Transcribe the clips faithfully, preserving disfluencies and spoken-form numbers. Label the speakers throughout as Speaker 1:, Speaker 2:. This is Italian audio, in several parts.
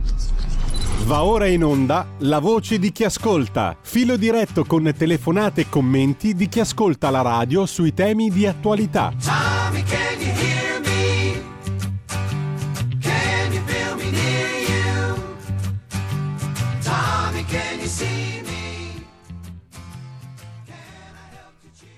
Speaker 1: Va ora in onda La voce di chi ascolta, filo diretto con telefonate e commenti di chi ascolta la radio sui temi di attualità.
Speaker 2: Tommy, can you hear me? Can you feel me near you? Tommy, can you see me? Can I help to cheer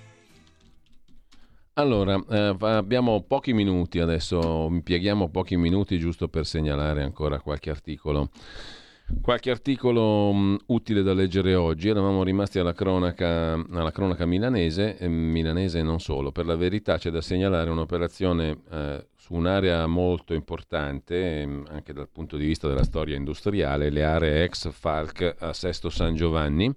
Speaker 2: you?
Speaker 3: Allora, eh, abbiamo pochi minuti adesso, impieghiamo pochi minuti giusto per segnalare ancora qualche articolo. Qualche articolo mh, utile da leggere oggi. Eravamo rimasti alla cronaca, alla cronaca milanese, e milanese e non solo. Per la verità c'è da segnalare un'operazione eh, su un'area molto importante, ehm, anche dal punto di vista della storia industriale, le aree ex Falck a Sesto San Giovanni.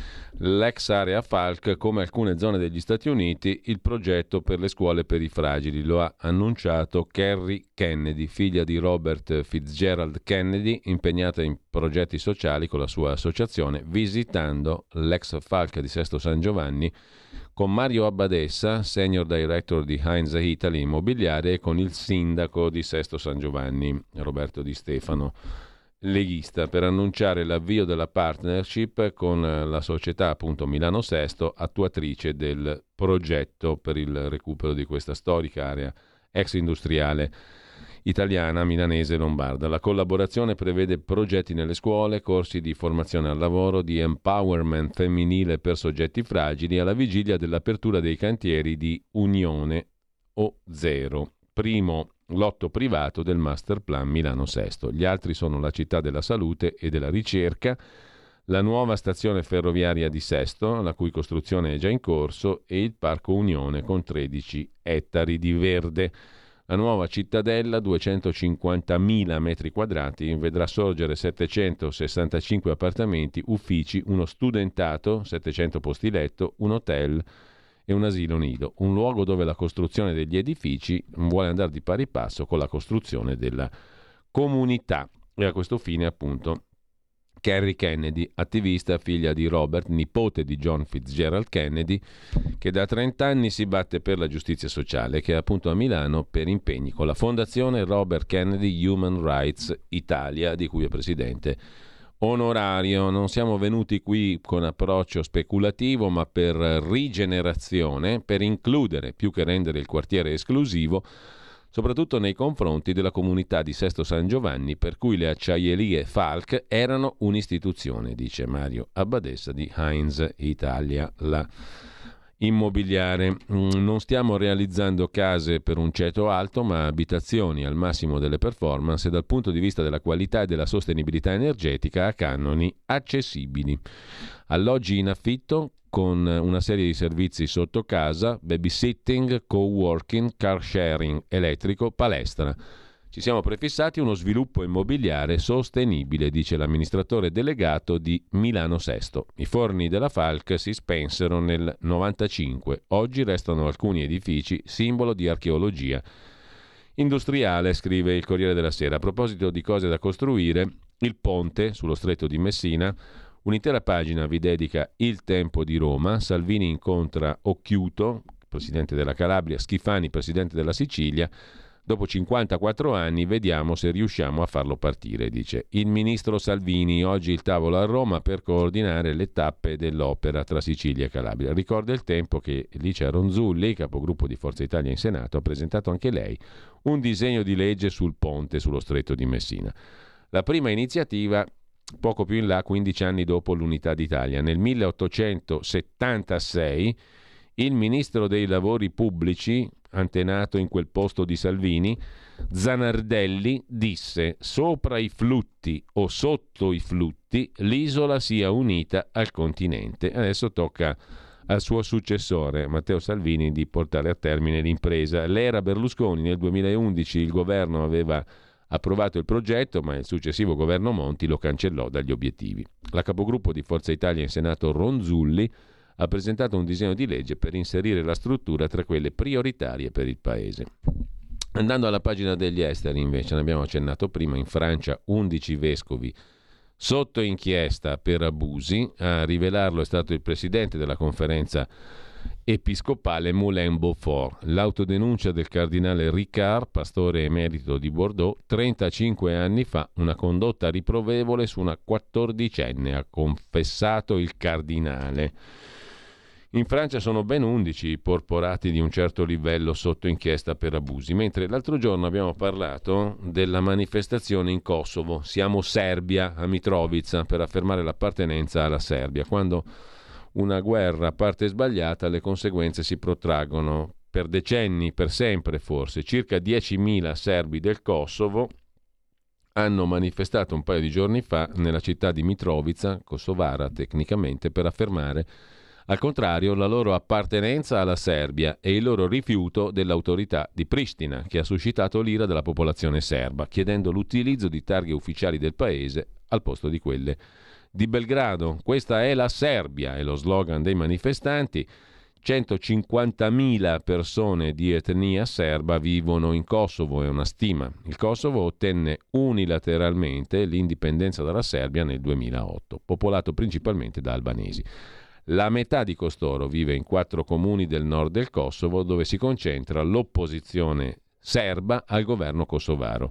Speaker 3: L'ex area Falck, come alcune zone degli Stati Uniti, il progetto per le scuole per i fragili. Lo ha annunciato Kerry Kennedy, figlia di Robert Fitzgerald Kennedy, impegnata in progetti sociali con la sua associazione, visitando l'ex Falck di Sesto San Giovanni con Mario Abbadessa, senior director di Heinz Italy Immobiliare, e con il sindaco di Sesto San Giovanni, Roberto Di Stefano, leghista, per annunciare l'avvio della partnership con la società appunto Milano Sesto, attuatrice del progetto per il recupero di questa storica area ex industriale italiana, milanese e lombarda. La collaborazione prevede progetti nelle scuole, corsi di formazione al lavoro, di empowerment femminile per soggetti fragili, alla vigilia dell'apertura dei cantieri di Unione O Zero, primo lotto privato del master plan Milano Sesto. Gli altri sono la città della salute e della ricerca, la nuova stazione ferroviaria di Sesto, la cui costruzione è già in corso, e il Parco Unione con tredici ettari di verde. La nuova cittadella, duecentocinquantamila metri quadrati, vedrà sorgere settecentosessantacinque appartamenti, uffici, uno studentato, settecento posti letto, un hotel e un asilo nido, un luogo dove la costruzione degli edifici vuole andare di pari passo con la costruzione della comunità. E a questo fine, appunto, Kerry Kennedy, attivista, figlia di Robert, nipote di John Fitzgerald Kennedy, che da trenta anni si batte per la giustizia sociale, che è appunto a Milano per impegni con la fondazione Robert Kennedy Human Rights Italia, di cui è presidente onorario. Non siamo venuti qui con approccio speculativo, ma per rigenerazione, per includere più che rendere il quartiere esclusivo, soprattutto nei confronti della comunità di Sesto San Giovanni, per cui le acciaierie Falck erano un'istituzione, dice Mario Abbadessa di Heinz Italia, la immobiliare. Non stiamo realizzando case per un ceto alto, ma abitazioni al massimo delle performance e dal punto di vista della qualità e della sostenibilità energetica a canoni accessibili. Alloggi in affitto con una serie di servizi sotto casa, babysitting, co-working, car sharing elettrico, palestra. Ci siamo prefissati uno sviluppo immobiliare sostenibile, dice l'amministratore delegato di Milano Sesto. I forni della Falck si spensero nel novantacinque. Oggi restano alcuni edifici, simbolo di archeologia industriale, scrive il Corriere della Sera. A proposito di cose da costruire, il ponte sullo stretto di Messina, un'intera pagina vi dedica Il Tempo di Roma. Salvini incontra Occhiuto, presidente della Calabria, Schifani, presidente della Sicilia. Dopo cinquantaquattro anni vediamo se riusciamo a farlo partire, dice il ministro Salvini. Oggi il tavolo a Roma per coordinare le tappe dell'opera tra Sicilia e Calabria. Ricorda Il Tempo che Licia Ronzulli, capogruppo di Forza Italia in Senato, ha presentato anche lei un disegno di legge sul ponte sullo stretto di Messina. La prima iniziativa poco più in là, quindici anni dopo l'Unità d'Italia. Nel milleottocentosettantasei il ministro dei lavori pubblici, antenato in quel posto di Salvini, Zanardelli, disse: sopra i flutti o sotto i flutti l'isola sia unita al continente. Adesso tocca al suo successore Matteo Salvini di portare a termine l'impresa. L'era Berlusconi, nel duemilaundici il governo aveva approvato il progetto, ma il successivo governo Monti lo cancellò dagli obiettivi. La capogruppo di Forza Italia in Senato Ronzulli ha presentato un disegno di legge per inserire la struttura tra quelle prioritarie per il Paese. Andando alla pagina degli esteri, invece, ne abbiamo accennato prima, in Francia undici vescovi sotto inchiesta per abusi. A rivelarlo è stato il presidente della conferenza episcopale Moulin-Beaufort. L'autodenuncia del cardinale Ricard, pastore emerito di Bordeaux, trentacinque anni fa, una condotta riprovevole su una quattordicenne, ha confessato il cardinale. In Francia sono ben undici i porporati di un certo livello sotto inchiesta per abusi, mentre l'altro giorno abbiamo parlato della manifestazione in Kosovo. Siamo Serbia, a Mitrovica, per affermare l'appartenenza alla Serbia. Quando una guerra parte sbagliata, le conseguenze si protraggono per decenni, per sempre forse. Circa diecimila serbi del Kosovo hanno manifestato un paio di giorni fa nella città di Mitrovica, kosovara tecnicamente, per affermare al contrario la loro appartenenza alla Serbia e il loro rifiuto dell'autorità di Pristina, che ha suscitato l'ira della popolazione serba, chiedendo l'utilizzo di targhe ufficiali del paese al posto di quelle di Belgrado. Questa è la Serbia, è lo slogan dei manifestanti. centocinquantamila persone di etnia serba vivono in Kosovo, è una stima. Il Kosovo ottenne unilateralmente l'indipendenza dalla Serbia nel duemilaotto, popolato principalmente da albanesi. La metà di costoro vive in quattro comuni del nord del Kosovo, dove si concentra l'opposizione serba al governo kosovaro.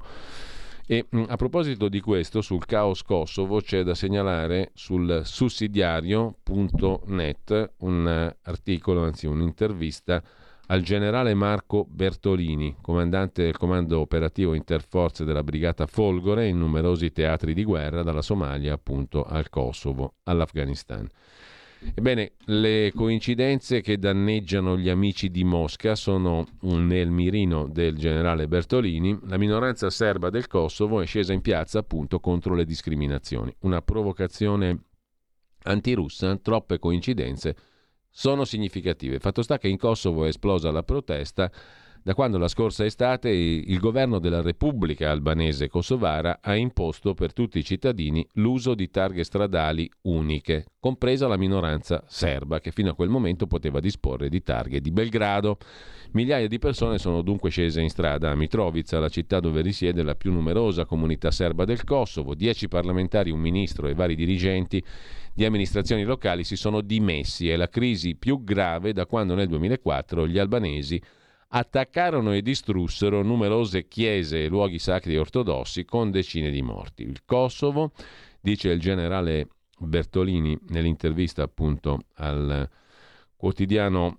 Speaker 3: E a proposito di questo, sul caos Kosovo c'è da segnalare sul sussidiario punto net un articolo, anzi un'intervista al generale Marco Bertolini, comandante del comando operativo interforze della brigata Folgore in numerosi teatri di guerra, dalla Somalia appunto al Kosovo, all'Afghanistan. Ebbene, le coincidenze che danneggiano gli amici di Mosca sono nel mirino del generale Bertolini. La minoranza serba del Kosovo è scesa in piazza appunto contro le discriminazioni. Una provocazione antirussa, troppe coincidenze sono significative. Fatto sta che in Kosovo è esplosa la protesta da quando la scorsa estate il governo della Repubblica albanese kosovara ha imposto per tutti i cittadini l'uso di targhe stradali uniche, compresa la minoranza serba, che fino a quel momento poteva disporre di targhe di Belgrado. Migliaia di persone sono dunque scese in strada a Mitrovica, la città dove risiede la più numerosa comunità serba del Kosovo. Dieci parlamentari, un ministro e vari dirigenti di amministrazioni locali si sono dimessi. È la crisi più grave da quando nel duemilaquattro gli albanesi attaccarono e distrussero numerose chiese e luoghi sacri ortodossi con decine di morti. Il Kosovo, dice il generale Bertolini nell'intervista appunto al quotidiano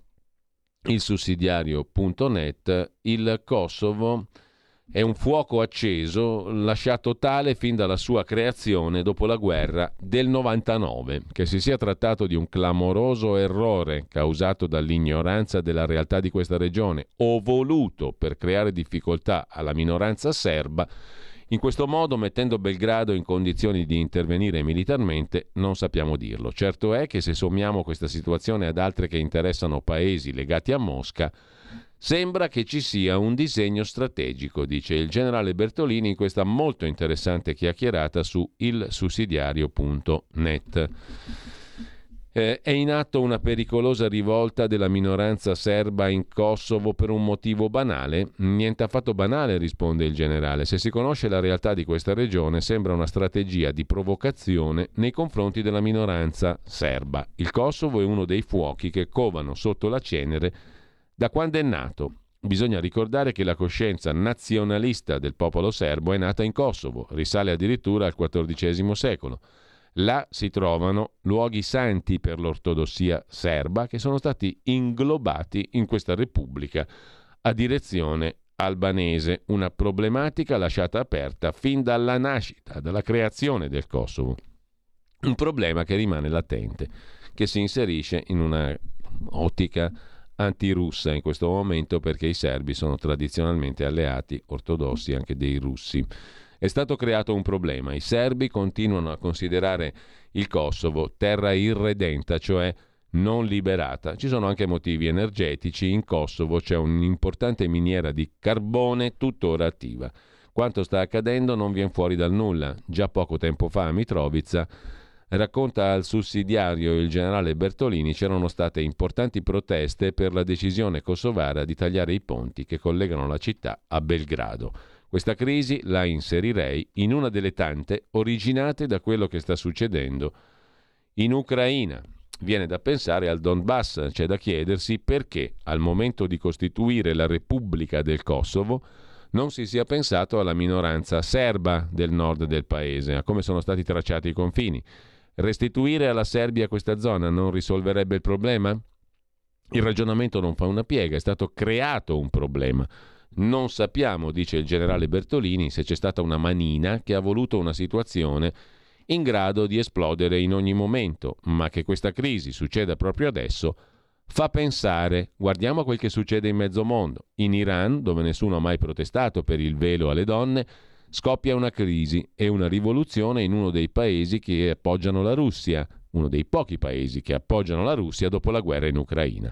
Speaker 3: il sussidiario punto net, il Kosovo è un fuoco acceso lasciato tale fin dalla sua creazione dopo la guerra del novantanove. Che si sia trattato di un clamoroso errore causato dall'ignoranza della realtà di questa regione o voluto per creare difficoltà alla minoranza serba, in questo modo mettendo Belgrado in condizioni di intervenire militarmente, non sappiamo dirlo. Certo è che se sommiamo questa situazione ad altre che interessano paesi legati a Mosca, sembra che ci sia un disegno strategico, dice il generale Bertolini in questa molto interessante chiacchierata su il sussidiario punto net. Eh, è in atto una pericolosa rivolta della minoranza serba in Kosovo per un motivo banale? Niente affatto banale, risponde il generale. Se si conosce la realtà di questa regione, sembra una strategia di provocazione nei confronti della minoranza serba. Il Kosovo è uno dei fuochi che covano sotto la cenere da quando è nato. Bisogna ricordare che la coscienza nazionalista del popolo serbo è nata in Kosovo, risale addirittura al quattordicesimo secolo. Là si trovano luoghi santi per l'ortodossia serba che sono stati inglobati in questa repubblica a direzione albanese, una problematica lasciata aperta fin dalla nascita, dalla creazione del Kosovo. Un problema che rimane latente, che si inserisce in una ottica antirussa in questo momento, perché i serbi sono tradizionalmente alleati ortodossi anche dei russi. È stato creato un problema. I serbi continuano a considerare il Kosovo terra irredenta, cioè non liberata. Ci sono anche motivi energetici. In Kosovo c'è un'importante miniera di carbone tuttora attiva. Quanto sta accadendo non viene fuori dal nulla. Già poco tempo fa a Mitrovica, racconta al sussidiario il generale Bertolini, c'erano state importanti proteste per la decisione kosovara di tagliare i ponti che collegano la città a Belgrado. Questa crisi la inserirei in una delle tante originate da quello che sta succedendo in Ucraina. Viene da pensare al Donbass, c'è da chiedersi perché al momento di costituire la Repubblica del Kosovo non si sia pensato alla minoranza serba del nord del paese, a come sono stati tracciati i confini. Restituire alla Serbia questa zona non risolverebbe il problema? Il ragionamento non fa una piega, è stato creato un problema. Non sappiamo, dice il generale Bertolini, se c'è stata una manina che ha voluto una situazione in grado di esplodere in ogni momento, ma che questa crisi succeda proprio adesso fa pensare. Guardiamo a quel che succede in mezzo mondo. In Iran, dove nessuno ha mai protestato per il velo alle donne, scoppia una crisi e una rivoluzione in uno dei paesi che appoggiano la Russia, uno dei pochi paesi che appoggiano la Russia dopo la guerra in Ucraina.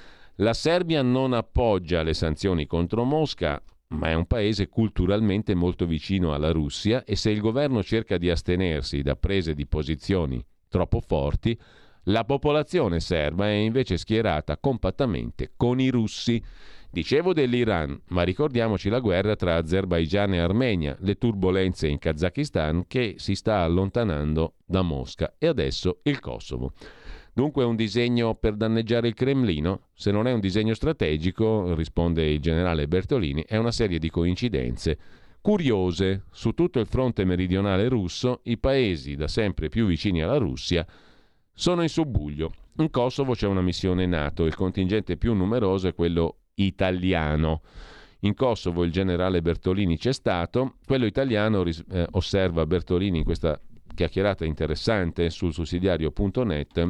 Speaker 3: La Serbia non appoggia le sanzioni contro Mosca, ma è un paese culturalmente molto vicino alla Russia e se il governo cerca di astenersi da prese di posizioni troppo forti, la popolazione serba è invece schierata compattamente con i russi. Dicevo dell'Iran, ma ricordiamoci la guerra tra Azerbaigian e Armenia, le turbolenze in Kazakistan che si sta allontanando da Mosca e adesso il Kosovo. Dunque è un disegno per danneggiare il Cremlino? Se non è un disegno strategico, risponde il generale Bertolini, è una serie di coincidenze curiose. Su tutto il fronte meridionale russo, i paesi da sempre più vicini alla Russia sono in subbuglio. In Kosovo c'è una missione NATO, il contingente più numeroso è quello italiano. In Kosovo il generale Bertolini c'è stato, quello italiano, eh, osserva Bertolini in questa chiacchierata interessante sul sussidiario punto net,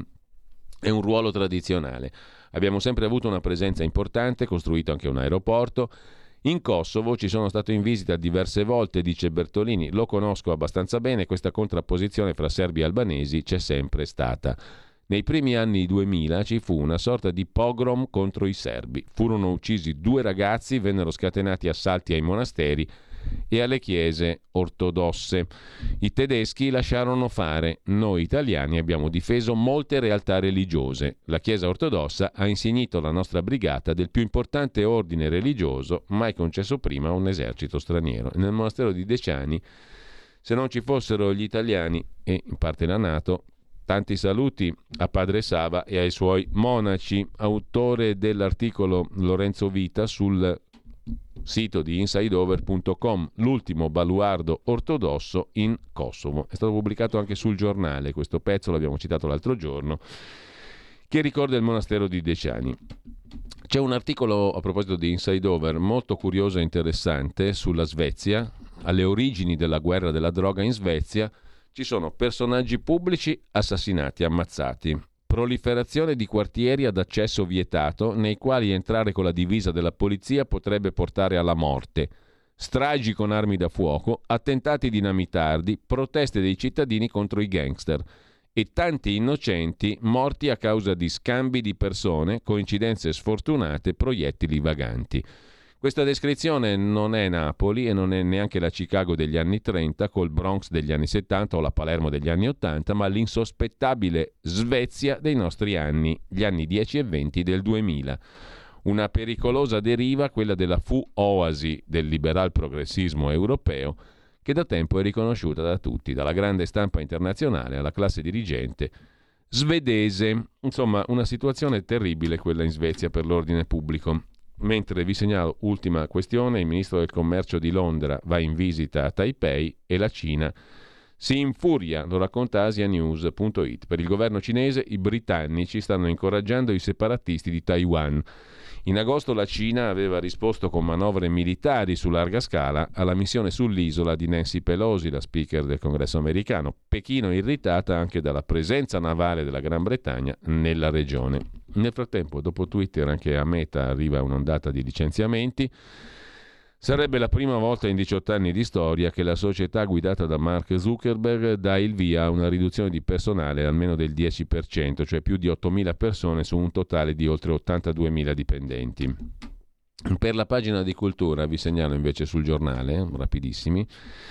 Speaker 3: è un ruolo tradizionale. Abbiamo sempre avuto una presenza importante, costruito anche un aeroporto. In Kosovo ci sono stato in visita diverse volte, dice Bertolini, lo conosco abbastanza bene, questa contrapposizione fra serbi e albanesi c'è sempre stata. Nei primi anni duemila ci fu una sorta di pogrom contro i serbi. Furono uccisi due ragazzi, vennero scatenati assalti ai monasteri e alle chiese ortodosse. I tedeschi lasciarono fare. Noi italiani abbiamo difeso molte realtà religiose. La Chiesa ortodossa ha insignito la nostra brigata del più importante ordine religioso mai concesso prima a un esercito straniero. Nel monastero di Decani, se non ci fossero gli italiani e in parte la NATO, tanti saluti a Padre Sava e ai suoi monaci. Autore dell'articolo Lorenzo Vita sul sito di inside over punto com, l'ultimo baluardo ortodosso in Kosovo. È stato pubblicato anche sul giornale, questo pezzo l'abbiamo citato l'altro giorno, che ricorda il monastero di Decani. C'è un articolo a proposito di Inside Over molto curioso e interessante sulla Svezia, alle origini della guerra della droga in Svezia. Ci sono personaggi pubblici assassinati, ammazzati, proliferazione di quartieri ad accesso vietato nei quali entrare con la divisa della polizia potrebbe portare alla morte, stragi con armi da fuoco, attentati dinamitardi, proteste dei cittadini contro i gangster e tanti innocenti morti a causa di scambi di persone, coincidenze sfortunate, proiettili vaganti. Questa descrizione non è Napoli e non è neanche la Chicago degli anni trenta col Bronx degli anni settanta o la Palermo degli anni ottanta, ma l'insospettabile Svezia dei nostri anni, gli anni dieci e venti del duemila. Una pericolosa deriva, quella della fu oasi del liberal progressismo europeo, che da tempo è riconosciuta da tutti, dalla grande stampa internazionale alla classe dirigente svedese. Insomma, una situazione terribile quella in Svezia per l'ordine pubblico. Mentre vi segnalo, ultima questione, il ministro del commercio di Londra va in visita a Taipei e la Cina si infuria, lo racconta asianews punto it. Per il governo cinese i britannici stanno incoraggiando i separatisti di Taiwan. In agosto la Cina aveva risposto con manovre militari su larga scala alla missione sull'isola di Nancy Pelosi, la speaker del Congresso americano. Pechino irritata anche dalla presenza navale della Gran Bretagna nella regione. Nel frattempo, dopo Twitter, anche a Meta arriva un'ondata di licenziamenti. Sarebbe la prima volta in diciotto anni di storia che la società guidata da Mark Zuckerberg dà il via a una riduzione di personale almeno del dieci per cento, cioè più di ottomila persone su un totale di oltre ottantaduemila dipendenti. Per la pagina di cultura vi segnalo invece sul giornale, rapidissimi,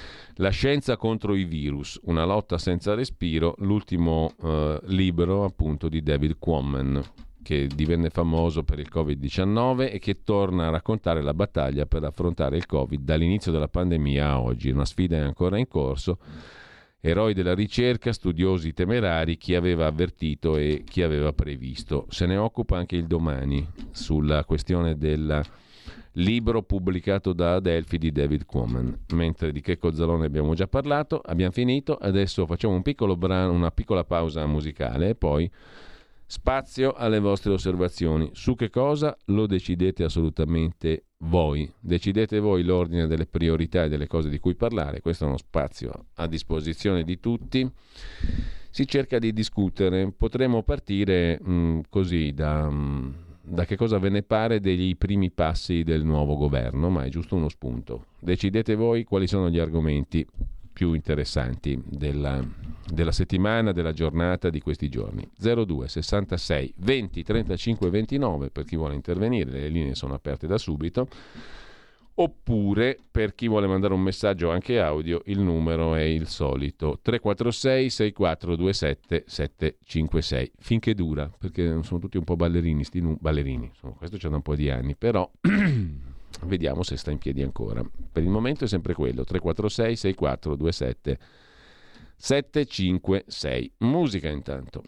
Speaker 3: La scienza contro i virus, una lotta senza respiro, l'ultimo eh, libro appunto di David Quammen, che divenne famoso per il covid diciannove e che torna a raccontare la battaglia per affrontare il Covid dall'inizio della pandemia a oggi. Una sfida è ancora in corso Eroi della ricerca, studiosi temerari, chi aveva avvertito e chi aveva previsto. Se ne occupa anche il Domani sulla questione del libro pubblicato da Adelphi di David Quammen. Mentre di Checco Zalone abbiamo già parlato, abbiamo finito, adesso facciamo un piccolo brano, una piccola pausa musicale e poi spazio alle vostre osservazioni. Su che cosa lo decidete assolutamente voi. Decidete voi l'ordine delle priorità e delle cose di cui parlare. Questo è uno spazio a disposizione di tutti. Si cerca di discutere. Potremmo partire mh, così da, mh, da che cosa ve ne pare dei primi passi del nuovo governo, ma è giusto uno spunto. Decidete voi quali sono gli argomenti più interessanti della, della settimana, della giornata, di questi giorni. zero due sessantasei venti trentacinque ventinove per chi vuole intervenire, le linee sono aperte da subito, oppure per chi vuole mandare un messaggio anche audio il numero è il solito tre quattro sei sei quattro due sette sette cinque sei, finché dura, perché sono tutti un po' ballerini, sti nu- ballerini, insomma, questo c'è da un po' di anni, però vediamo se sta in piedi ancora. Per il momento è sempre quello, tre quattro sei sei quattro due sette sette cinque sei. Musica intanto.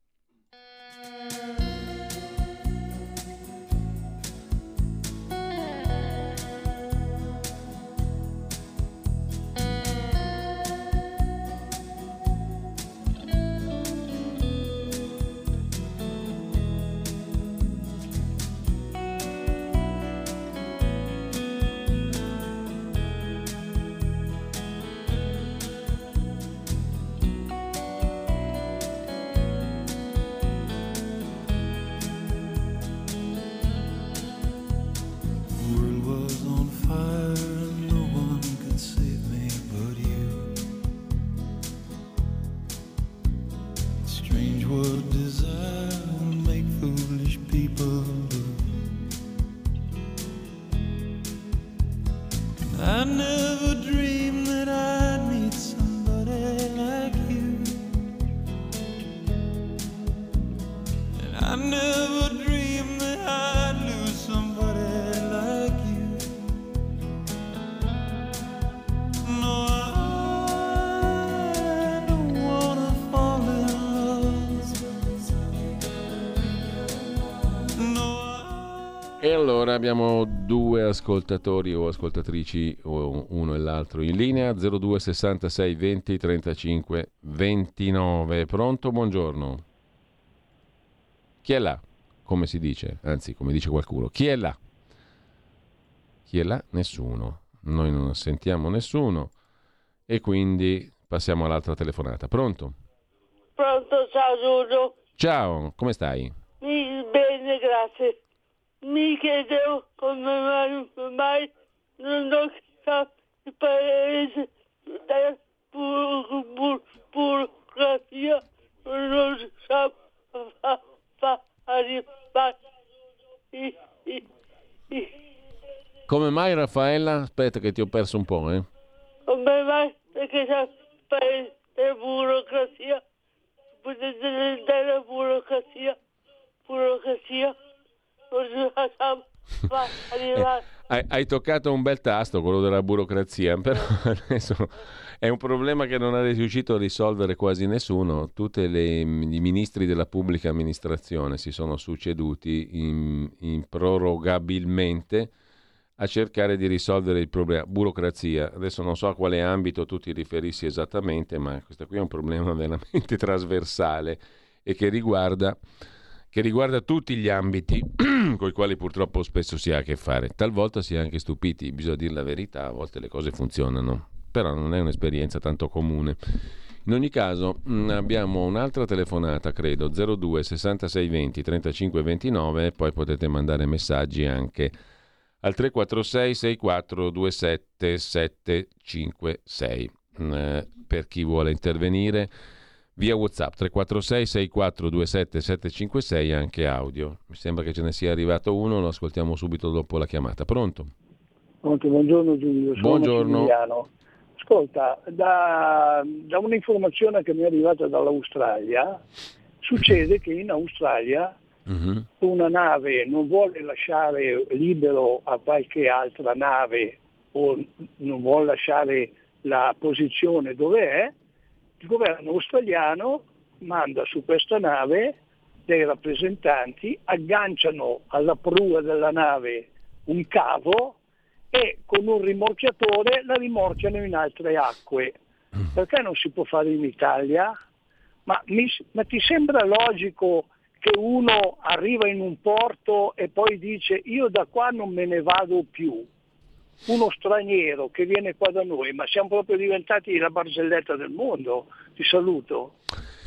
Speaker 3: E allora abbiamo due ascoltatori o ascoltatrici, o uno e l'altro in linea, zero due sessantasei venti trentacinque ventinove. Pronto? Buongiorno. Chi è là? Come si dice? Anzi, come dice qualcuno. Chi è là? Chi è là? Nessuno. Noi non sentiamo nessuno e quindi passiamo all'altra telefonata. Pronto?
Speaker 4: Pronto, ciao Giulio.
Speaker 3: Ciao, come stai?
Speaker 4: Mi, bene, grazie. Mi chiedevo come mai, mai non ho capito il paese della bur- bur- burocrazia non sa fa, fa arrivare i, i, i,
Speaker 3: Come mai, Raffaella? Aspetta che ti ho perso un po', eh?
Speaker 4: come mai perché sa il paese della burocrazia della, della burocrazia burocrazia non sa fa arrivare.
Speaker 3: Eh, hai, hai toccato un bel tasto, quello della burocrazia, però adesso è un problema che non ha riuscito a risolvere quasi nessuno. Tutti i ministri della pubblica amministrazione si sono succeduti in, improrogabilmente a cercare di risolvere il problema. Burocrazia, adesso non so a quale ambito tu ti riferissi esattamente, ma questo qui è un problema veramente trasversale e che riguarda... che riguarda tutti gli ambiti con i quali purtroppo spesso si ha a che fare. Talvolta si è anche stupiti, bisogna dire la verità, a volte le cose funzionano, però non è un'esperienza tanto comune. In ogni caso mh, abbiamo un'altra telefonata, credo, zero due sessantasei venti trentacinque ventinove, e poi potete mandare messaggi anche al tre quattro sei sei quattro due sette sette cinque sei eh, per chi vuole intervenire. Via WhatsApp tre quattro sei sei quattro due sette sette cinque sei, anche audio. Mi sembra che ce ne sia arrivato uno, lo ascoltiamo subito dopo la chiamata. Pronto?
Speaker 5: Pronto, buongiorno Giulio, sono
Speaker 3: Buongiorno.
Speaker 5: Massimiliano. Ascolta, da, da un'informazione che mi è arrivata dall'Australia, succede che in Australia
Speaker 3: Uh-huh.
Speaker 5: una nave non vuole lasciare libero a qualche altra nave o non vuole lasciare la posizione dove è, il governo australiano manda su questa nave dei rappresentanti, agganciano alla prua della nave un cavo e con un rimorchiatore la rimorchiano in altre acque. Perché non si può fare in Italia? Ma, mi, ma ti sembra logico che uno arriva in un porto e poi dice io da qua non me ne vado più? Uno straniero che viene qua da noi, ma siamo proprio diventati la barzelletta del mondo. Ti saluto.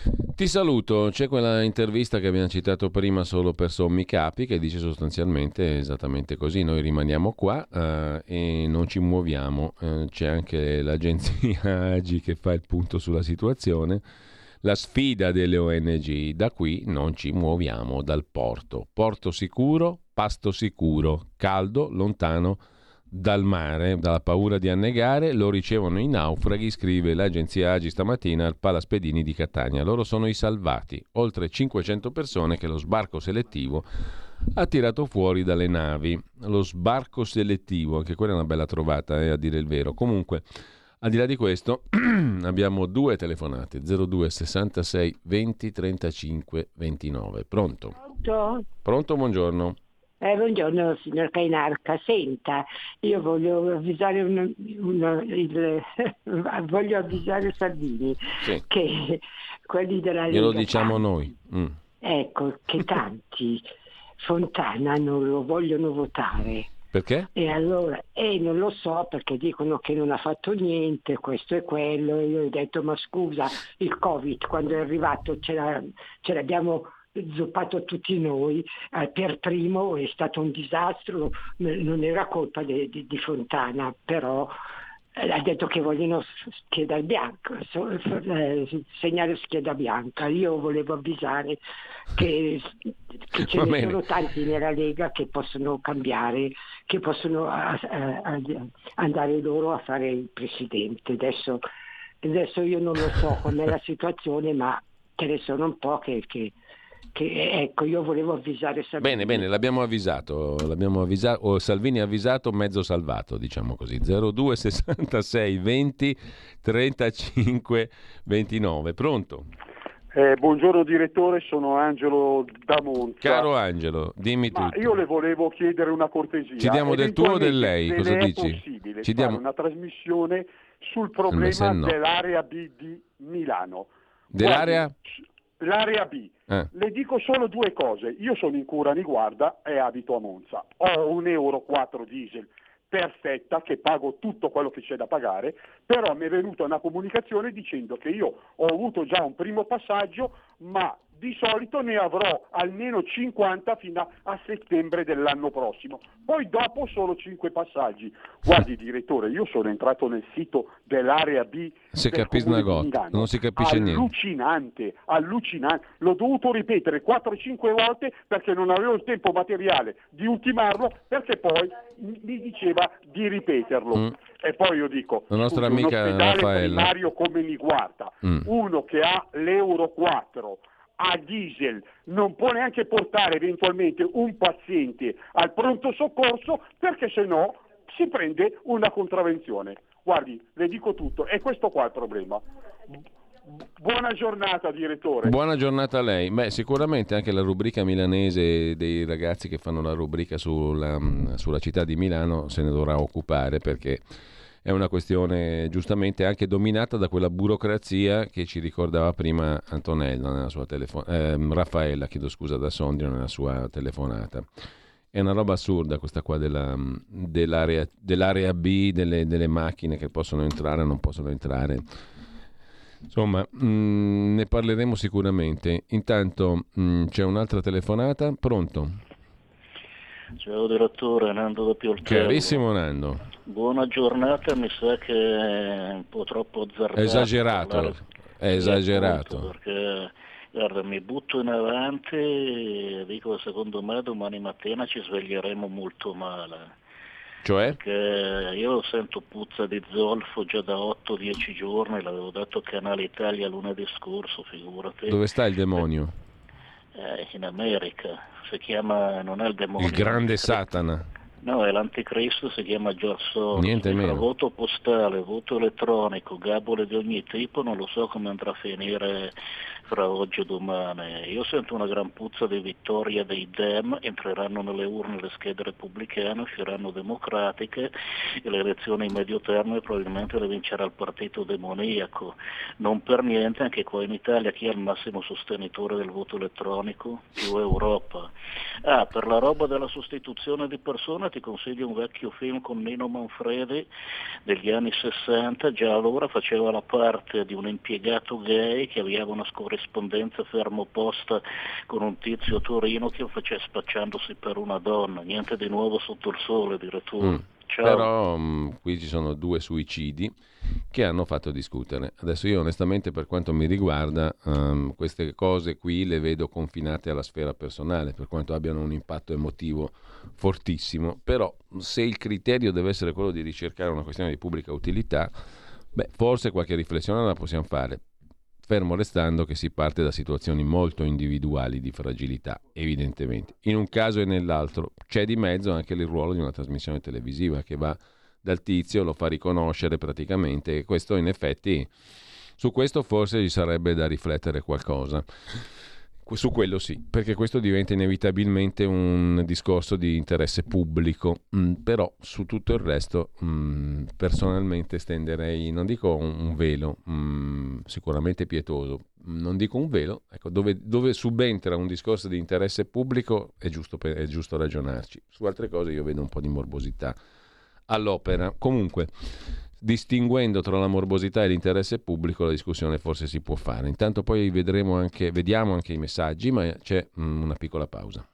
Speaker 3: Ti saluto, c'è quella intervista che abbiamo citato prima solo per sommi capi che dice sostanzialmente esattamente così, noi rimaniamo qua eh, e non ci muoviamo, eh, c'è anche l'agenzia A G I che fa il punto sulla situazione, la sfida delle O N G, da qui non ci muoviamo dal porto, porto sicuro, pasto sicuro, caldo, lontano dal mare, dalla paura di annegare, lo ricevono i naufraghi, scrive l'agenzia A G I stamattina al Palaspedini di Catania. Loro sono i salvati, oltre cinquecento persone che lo sbarco selettivo ha tirato fuori dalle navi. Lo sbarco selettivo, anche quella è una bella trovata, eh, a dire il vero. Comunque, al di là di questo, abbiamo due telefonate, zero due sessantasei venti trentacinque ventinove. Pronto?
Speaker 6: Pronto?
Speaker 3: Pronto, buongiorno.
Speaker 6: Eh, buongiorno signor Cainarca, senta, io voglio avvisare un, un, il, voglio avvisare Salvini
Speaker 3: Sì.
Speaker 6: che quelli della Lega,
Speaker 3: Glielo diciamo noi. Mm.
Speaker 6: ecco, che tanti Fontana non lo vogliono votare.
Speaker 3: Perché?
Speaker 6: E allora, eh, non lo so, perché dicono che non ha fatto niente, questo e quello. Io ho detto, ma scusa, il Covid quando è arrivato ce, l'ha, ce l'abbiamo zuppato tutti noi, eh, per primo è stato un disastro, non era colpa di, di, di Fontana, però eh, ha detto che vogliono scheda bianca, so, eh, segnare scheda bianca. Io volevo avvisare che, che ce
Speaker 3: Va
Speaker 6: ne
Speaker 3: bene.
Speaker 6: sono tanti nella Lega che possono cambiare, che possono a, a, a, andare loro a fare il presidente. Adesso, adesso io non lo so com'è la situazione, ma ce ne sono un po' che, che Che, ecco, io volevo avvisare Salvini.
Speaker 3: Bene, bene, l'abbiamo avvisato, l'abbiamo avvisato, o Salvini ha avvisato, mezzo salvato, diciamo così. zero due sessantasei venti trentacinque ventinove. Pronto?
Speaker 7: Eh, buongiorno direttore, sono Angelo da Monza.
Speaker 3: Caro Angelo, dimmi
Speaker 7: Ma
Speaker 3: tutto.
Speaker 7: io le volevo chiedere una cortesia.
Speaker 3: Ci diamo del tuo o del lei?
Speaker 7: Eventualmente,
Speaker 3: Cosa
Speaker 7: se le
Speaker 3: dici?
Speaker 7: è possibile
Speaker 3: Ci
Speaker 7: fare
Speaker 3: diamo-
Speaker 7: una trasmissione sul
Speaker 3: Eh,
Speaker 7: problema
Speaker 3: se no.
Speaker 7: dell'area B di Milano.
Speaker 3: Dell'area?
Speaker 7: Guardi, l'area B.
Speaker 3: Eh.
Speaker 7: Le dico solo due cose. Io sono in Curaniguarda e abito a Monza. Ho un euro quattro diesel perfetta, che pago tutto quello che c'è da pagare, però mi è venuta una comunicazione dicendo che io ho avuto già un primo passaggio, ma di solito ne avrò almeno cinquanta fino a, a settembre dell'anno prossimo, poi dopo solo cinque passaggi. Guardi direttore, io sono entrato nel sito dell'area B
Speaker 3: Si
Speaker 7: del
Speaker 3: capisce
Speaker 7: Comune
Speaker 3: una
Speaker 7: di
Speaker 3: gota,
Speaker 7: Milano.
Speaker 3: non si capisce niente.
Speaker 7: Allucinante, allucinante, l'ho dovuto ripetere quattro cinque volte perché non avevo il tempo materiale di ultimarlo, perché poi mi diceva di ripeterlo.
Speaker 3: Mm.
Speaker 7: E poi io dico,
Speaker 3: La nostra
Speaker 7: scusi,
Speaker 3: amica
Speaker 7: un ospedale
Speaker 3: Raffaella.
Speaker 7: primario come mi guarda,
Speaker 3: Mm.
Speaker 7: uno che ha l'euro quattro a diesel non può neanche portare eventualmente un paziente al pronto soccorso, perché se no si prende una contravvenzione. Guardi, le dico tutto, e questo qua è il problema. Buona giornata direttore.
Speaker 3: Buona giornata a lei. Beh, sicuramente anche la rubrica milanese dei ragazzi che fanno la rubrica sulla, sulla città di Milano se ne dovrà occupare, perché è una questione giustamente anche dominata da quella burocrazia che ci ricordava prima Antonella nella sua telefo- eh, Raffaella, chiedo scusa, da Sondrio nella sua telefonata. È una roba assurda questa qua della, dell'area, dell'area B, delle, delle macchine che possono entrare o non possono entrare. Insomma, mh, ne parleremo sicuramente. Intanto mh, c'è un'altra telefonata. Pronto?
Speaker 8: Ciao direttore, Nando da Pioltello.
Speaker 3: Carissimo Nando.
Speaker 8: Buona giornata, mi sa che è un po' troppo azzardato.
Speaker 3: Esagerato,
Speaker 8: parlare-
Speaker 3: è esagerato.
Speaker 8: Appunto, perché guarda, mi butto in avanti e dico che secondo me domani mattina ci sveglieremo molto male.
Speaker 3: Cioè?
Speaker 8: Perché io sento puzza di zolfo già da otto dieci giorni, l'avevo dato a Canale Italia lunedì scorso, figurati.
Speaker 3: Dove sta il demonio?
Speaker 8: Eh, in America, si chiama, non è il demonio.
Speaker 3: Il grande
Speaker 8: il cre-
Speaker 3: Satana.
Speaker 8: No, è l'anticristo, si chiama George Soros.
Speaker 3: Niente
Speaker 8: Tra
Speaker 3: meno.
Speaker 8: voto postale, voto elettronico, gabole di ogni tipo, non lo so come andrà a finire fra oggi e domani. Io sento una gran puzza di vittoria dei Dem, entreranno nelle urne le schede repubblicane, usciranno democratiche e le elezioni in medio termine probabilmente le vincerà il partito demoniaco. Non per niente anche qua in Italia chi è il massimo sostenitore del voto elettronico? Più Europa. Ah, per la roba della sostituzione di persona ti consiglio un vecchio film con Nino Manfredi degli anni sessanta, già allora faceva la parte di un impiegato gay che aveva una corrispondenza fermoposta con un tizio a Torino che lo faceva spacciandosi per una donna, niente di nuovo sotto il sole, direttore.
Speaker 3: Mm.
Speaker 8: Ciao.
Speaker 3: Però mh, qui ci sono due suicidi che hanno fatto discutere. Adesso io onestamente, per quanto mi riguarda, ehm, queste cose qui le vedo confinate alla sfera personale, per quanto abbiano un impatto emotivo fortissimo. Però se il criterio deve essere quello di ricercare una questione di pubblica utilità, beh, forse qualche riflessione la possiamo fare, fermo restando che si parte da situazioni molto individuali di fragilità, evidentemente. In un caso e nell'altro c'è di mezzo anche il ruolo di una trasmissione televisiva che va dal tizio, lo fa riconoscere praticamente, e questo in effetti, su questo forse ci sarebbe da riflettere qualcosa. Su quello sì, perché questo diventa inevitabilmente un discorso di interesse pubblico, mm, però su tutto il resto mm, personalmente stenderei, non dico un, un velo, mm, sicuramente pietoso, non dico un velo, ecco, dove, dove subentra un discorso di interesse pubblico è giusto, per, è giusto ragionarci. Su altre cose io vedo un po' di morbosità all'opera. Comunque, distinguendo tra la morbosità e l'interesse pubblico, la discussione forse si può fare. Intanto poi vedremo anche, vediamo anche i messaggi, ma c'è mm, una piccola pausa.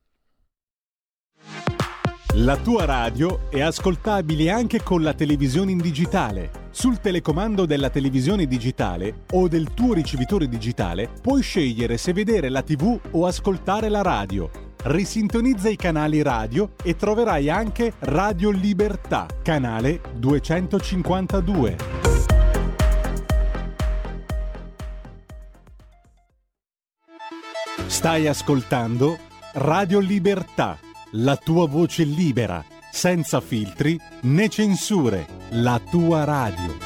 Speaker 1: La tua radio è ascoltabile anche con la televisione in digitale. Sul telecomando della televisione digitale o del tuo ricevitore digitale puoi scegliere se vedere la tivù o ascoltare la radio. Risintonizza i canali radio e troverai anche Radio Libertà, canale duecentocinquantadue. Stai ascoltando Radio Libertà, la tua voce libera, senza filtri né censure, la tua radio.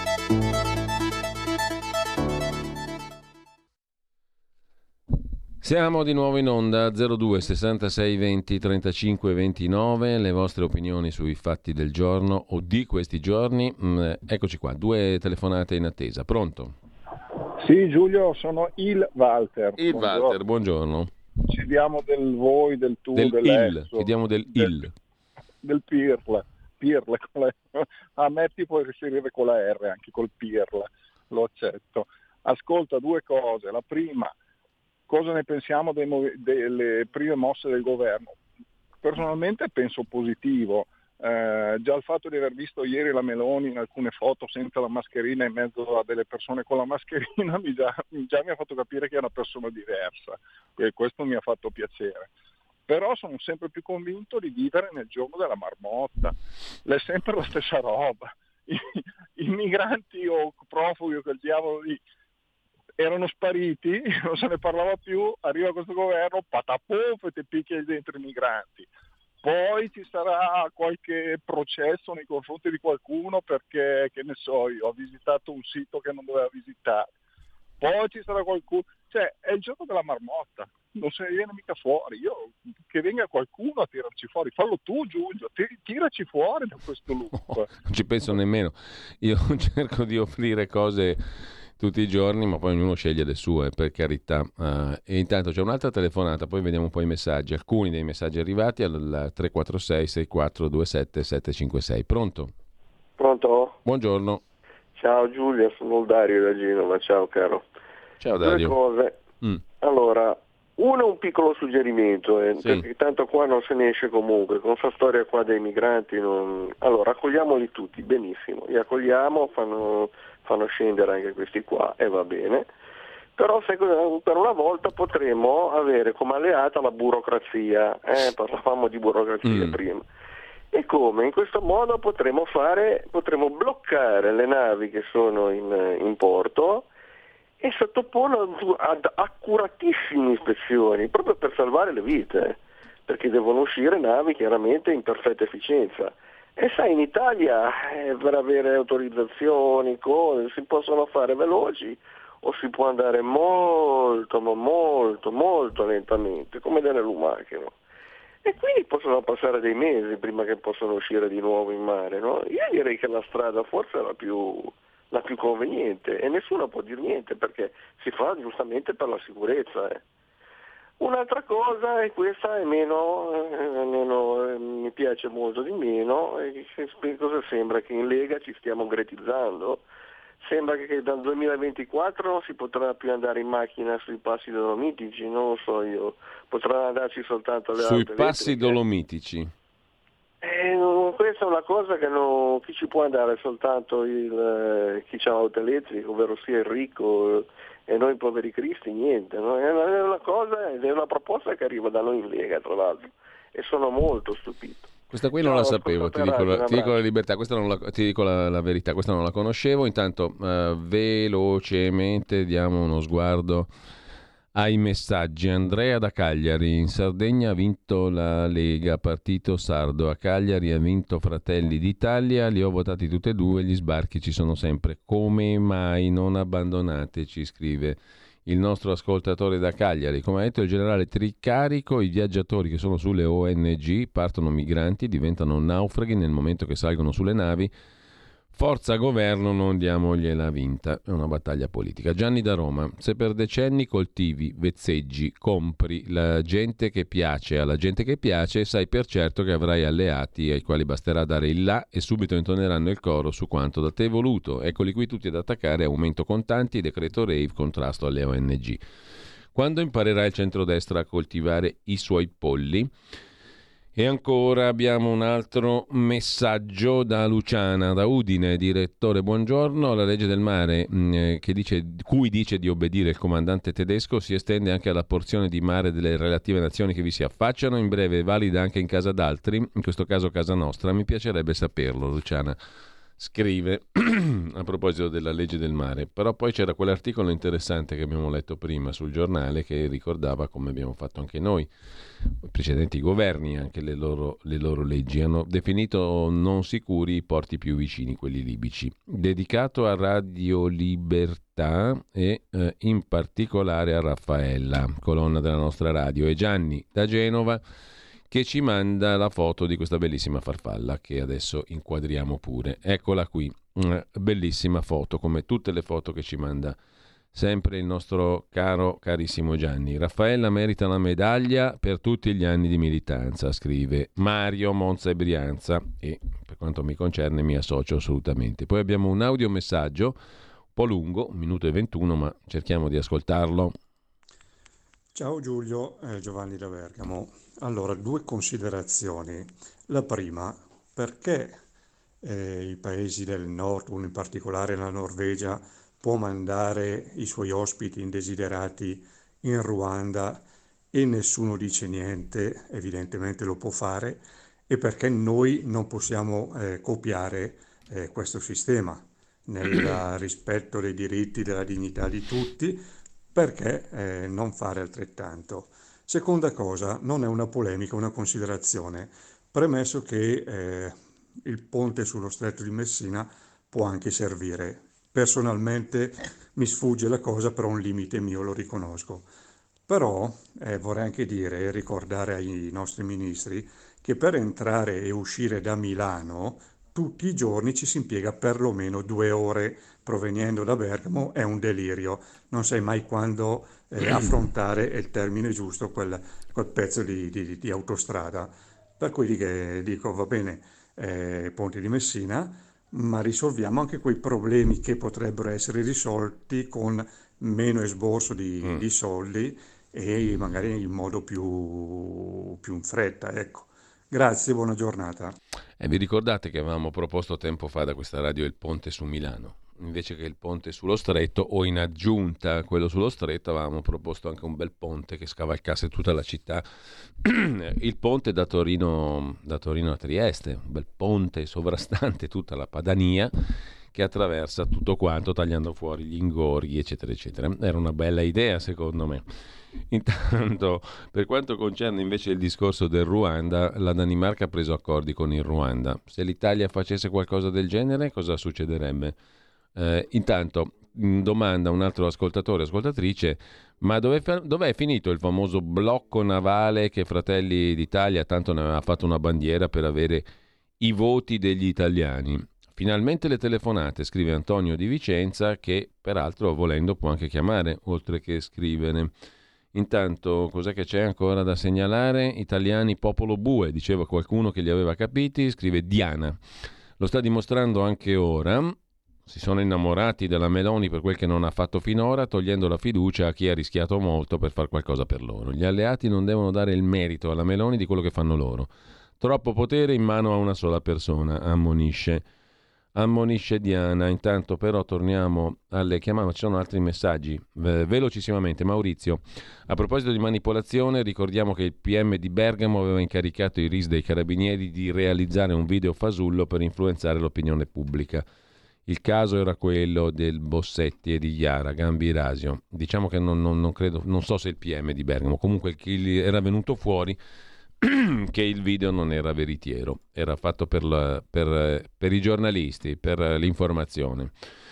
Speaker 3: Siamo di nuovo in onda, zero due sessantasei venti trentacinque ventinove, le vostre opinioni sui fatti del giorno o di questi giorni. Mm, eccoci qua, due telefonate in attesa. Pronto?
Speaker 9: Sì, Giulio, sono il Walter.
Speaker 3: Il
Speaker 9: Buongiorno.
Speaker 3: Walter, buongiorno.
Speaker 9: Ci diamo del voi, del tu,
Speaker 3: Del il,
Speaker 9: dell'esso.
Speaker 3: chiediamo del
Speaker 9: del,
Speaker 3: il.
Speaker 9: Del pirla. Pirla con la... A me tipo si scrive con la R, anche col pirla, lo accetto. Ascolta, due cose. La prima, cosa ne pensiamo dei movi- delle prime mosse del governo? Personalmente penso positivo. Eh, già il fatto di aver visto ieri la Meloni in alcune foto senza la mascherina in mezzo a delle persone con la mascherina mi già, già mi ha fatto capire che è una persona diversa, e questo mi ha fatto piacere. Però sono sempre più convinto di vivere nel giorno della marmotta, è sempre la stessa roba. I, i migranti o profughi o quel diavolo lì erano spariti, non se ne parlava più, arriva questo governo, patapuf, e ti picchia dentro i migranti. Poi ci sarà qualche processo nei confronti di qualcuno perché, che ne so io, ho visitato un sito che non doveva visitare. Poi ci sarà qualcuno, cioè è il gioco della marmotta, non se ne viene mica fuori. Io che venga qualcuno a tirarci fuori, fallo tu Giulio, ti- tiraci fuori da questo loop.
Speaker 3: Oh, non ci penso nemmeno. Io cerco di offrire cose tutti i giorni, ma poi ognuno sceglie le sue, per carità. Uh, e intanto c'è un'altra telefonata, poi vediamo un po' i messaggi, alcuni dei messaggi arrivati al tre quattro sei sei quattro due sette sette cinque sei. Pronto?
Speaker 10: Pronto?
Speaker 3: Buongiorno.
Speaker 10: Ciao Giulia, sono il Dario da Genova, ciao caro.
Speaker 3: Ciao
Speaker 10: Due
Speaker 3: Dario.
Speaker 10: cose.
Speaker 3: Mm.
Speaker 10: Allora, uno è un piccolo suggerimento, eh,
Speaker 3: Sì.
Speaker 10: perché tanto qua non se ne esce comunque, con questa storia qua dei migranti non... Allora, accogliamoli tutti, benissimo, li accogliamo, fanno, fanno scendere anche questi qua e va bene, però se, per una volta potremmo avere come alleata la burocrazia, eh, parlavamo di burocrazia
Speaker 3: Mm.
Speaker 10: prima. E come? In questo modo potremo fare, potremo bloccare le navi che sono in, in porto e sottoporlo ad accuratissime ispezioni, proprio per salvare le vite. perché devono uscire navi chiaramente in perfetta efficienza. E sai, in Italia eh, per avere autorizzazioni, cose, si possono fare veloci o si può andare molto, ma molto, molto lentamente, come nelle lumache, no? E quindi possono passare dei mesi prima che possano uscire di nuovo in mare, no? Io direi che la strada forse è la più, la più conveniente e nessuno può dire niente perché si fa giustamente per la sicurezza. Eh. Un'altra cosa, e questa è meno, eh, meno eh, mi piace molto di meno, è che cosa sembra che in Lega ci stiamo gretizzando. Sembra che dal duemilaventiquattro non si potrà più andare in macchina sui passi dolomitici, non lo so io, potranno andarci soltanto le
Speaker 3: Sui
Speaker 10: auto
Speaker 3: passi
Speaker 10: elettriche.
Speaker 3: dolomitici.
Speaker 10: Eh, non- questa è una cosa che non, chi ci può andare soltanto il, eh, chi ha l'auto elettrica, ovvero sia il ricco eh, e noi poveri cristi, niente. No? È, una, è una cosa, è una proposta che arriva da noi in Lega, tra l'altro, e sono molto stupito.
Speaker 3: Questa qui non la
Speaker 10: Ciao,
Speaker 3: sapevo, ti
Speaker 10: ascoltatore
Speaker 3: dico, la,
Speaker 10: Radio,
Speaker 3: ti
Speaker 10: un
Speaker 3: dico la libertà, questa non la, ti dico la, la verità, questa non la conoscevo. Intanto eh, velocemente diamo uno sguardo ai messaggi. Andrea da Cagliari: in Sardegna ha vinto la Lega, partito sardo. A Cagliari ha vinto Fratelli d'Italia, li ho votati tutti e due, gli sbarchi ci sono sempre. Come mai non abbandonateci, scrive il nostro ascoltatore da Cagliari. Come ha detto il generale Tricarico, i viaggiatori che sono sulle O N G partono migranti, diventano naufraghi nel momento che salgono sulle navi. Forza governo, non diamogliela vinta. È una battaglia politica. Gianni da Roma: se per decenni coltivi, vezzeggi, compri la gente che piace alla gente che piace, sai per certo che avrai alleati ai quali basterà dare il là e subito intoneranno il coro su quanto da te voluto. Eccoli qui tutti ad attaccare aumento contanti, decreto rave, contrasto alle O N G. Quando imparerà il centrodestra a coltivare i suoi polli? E ancora abbiamo un altro messaggio da Luciana, da Udine. Direttore, buongiorno. La legge del mare, mh, che dice, cui dice di obbedire il comandante tedesco, si estende anche alla porzione di mare delle relative nazioni che vi si affacciano. In breve, è valida anche in casa d'altri, in questo caso casa nostra. Mi piacerebbe saperlo, Luciana scrive a proposito della legge del mare. Però poi c'era quell'articolo interessante che abbiamo letto prima sul giornale che ricordava come abbiamo fatto anche noi, i precedenti governi, anche le loro, le loro leggi hanno definito non sicuri i porti più vicini, quelli libici. Dedicato a Radio Libertà e eh, in particolare a Raffaella, colonna della nostra radio, e Gianni da Genova, che ci manda la foto di questa bellissima farfalla che adesso inquadriamo pure. Eccola qui, una bellissima foto, come tutte le foto che ci manda sempre il nostro caro, carissimo Gianni. Raffaella merita la medaglia per tutti gli anni di militanza, scrive Mario Monza e Brianza, e per quanto mi concerne mi associo assolutamente. Poi abbiamo un audiomessaggio un po' lungo, un minuto e ventuno, ma cerchiamo di ascoltarlo.
Speaker 11: Ciao Giulio, eh, Giovanni da Bergamo. Allora, due considerazioni. La prima, perché eh, i paesi del nord, uno in particolare la Norvegia, può mandare i suoi ospiti indesiderati in Ruanda e nessuno dice niente? Evidentemente lo può fare. E perché noi non possiamo eh, copiare eh, questo sistema nel rispetto dei diritti, della dignità di tutti? Perché eh, non fare altrettanto? Seconda cosa, non è una polemica, è una considerazione, premesso che eh, il ponte sullo stretto di Messina può anche servire. Personalmente mi sfugge la cosa per un limite mio, lo riconosco. Però eh, vorrei anche dire e ricordare ai nostri ministri che per entrare e uscire da Milano tutti i giorni ci si impiega perlomeno due ore. Provenendo da Bergamo è un delirio, non sai mai quando eh, affrontare il termine giusto quel, quel pezzo di, di, di autostrada. Per cui dico, dico va bene, eh, Ponte di Messina, ma risolviamo anche quei problemi che potrebbero essere risolti con meno esborso di, mm. di soldi e magari in modo più, più in fretta, ecco. Grazie, buona giornata.
Speaker 3: E vi ricordate che avevamo proposto tempo fa da questa radio il ponte su Milano? Invece che il ponte sullo stretto, o in aggiunta a quello sullo stretto, avevamo proposto anche un bel ponte che scavalcasse tutta la città. Il ponte da Torino, da Torino a Trieste, un bel ponte sovrastante tutta la Padania, che attraversa tutto quanto tagliando fuori gli ingorghi eccetera eccetera. Era una bella idea secondo me. Intanto, per quanto concerne invece il discorso del Ruanda, la Danimarca ha preso accordi con il Ruanda. Se l'Italia facesse qualcosa del genere, cosa succederebbe? Eh, intanto, mh, domanda un altro ascoltatore, ascoltatrice, ma dove, dov'è finito il famoso blocco navale che Fratelli d'Italia tanto ne aveva fatto una bandiera per avere i voti degli italiani? Finalmente le telefonate, scrive Antonio di Vicenza, che peraltro volendo può anche chiamare, oltre che scrivere. Intanto, cos'è che c'è ancora da segnalare? Italiani popolo bue, diceva qualcuno che li aveva capiti, scrive Diana. Lo sta dimostrando anche ora. Si sono innamorati della Meloni per quel che non ha fatto finora, togliendo la fiducia a chi ha rischiato molto per far qualcosa per loro. Gli alleati non devono dare il merito alla Meloni di quello che fanno loro. Troppo potere in mano a una sola persona, ammonisce. Ammonisce Diana. Intanto però torniamo alle chiamate, ci sono altri messaggi. Ve- velocissimamente, Maurizio. A proposito di manipolazione, ricordiamo che il P M di Bergamo aveva incaricato i R I S dei Carabinieri di realizzare un video fasullo per influenzare l'opinione pubblica. Il caso era quello del Bossetti e di Iara Gambirasio. Diciamo che non, non, non credo, non so se il P M di Bergamo, comunque chi era venuto fuori che il video non era veritiero, era fatto per, la, per, per i giornalisti, per l'informazione.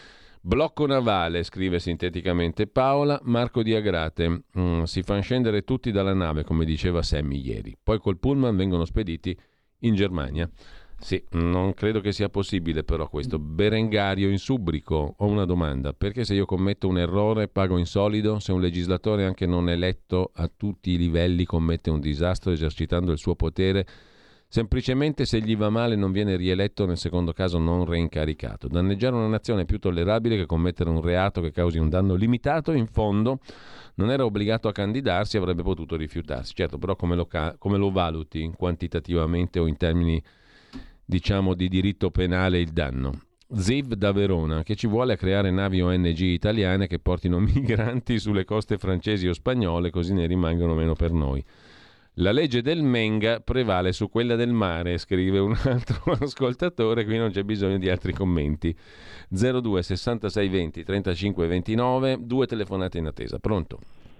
Speaker 3: Blocco navale, scrive sinteticamente Paola. Marco di Agrate, mm, si fanno scendere tutti dalla nave, come diceva Sammy ieri, poi col pullman vengono spediti in Germania. Sì, non credo che sia possibile però questo. Berengario in Subrico, ho una domanda: perché se io commetto un errore pago in solido? Se un legislatore anche non eletto a tutti i livelli commette un disastro esercitando il suo potere, semplicemente se gli va male non viene rieletto, nel secondo caso non reincaricato. Danneggiare una nazione è più tollerabile che commettere un reato che causi un danno limitato. In fondo non era obbligato a candidarsi, avrebbe potuto rifiutarsi. Certo, però come lo, ca- come lo valuti quantitativamente o in termini, diciamo, di diritto penale il danno? Ziv da Verona, che ci vuole a creare navi O N G italiane che portino migranti sulle coste francesi o spagnole, così ne rimangono meno per noi. La legge del Menga prevale su quella del mare, scrive un altro ascoltatore, qui non c'è bisogno di altri commenti. zero due sessantasei venti trentacinque ventinove, due telefonate in attesa. Pronto?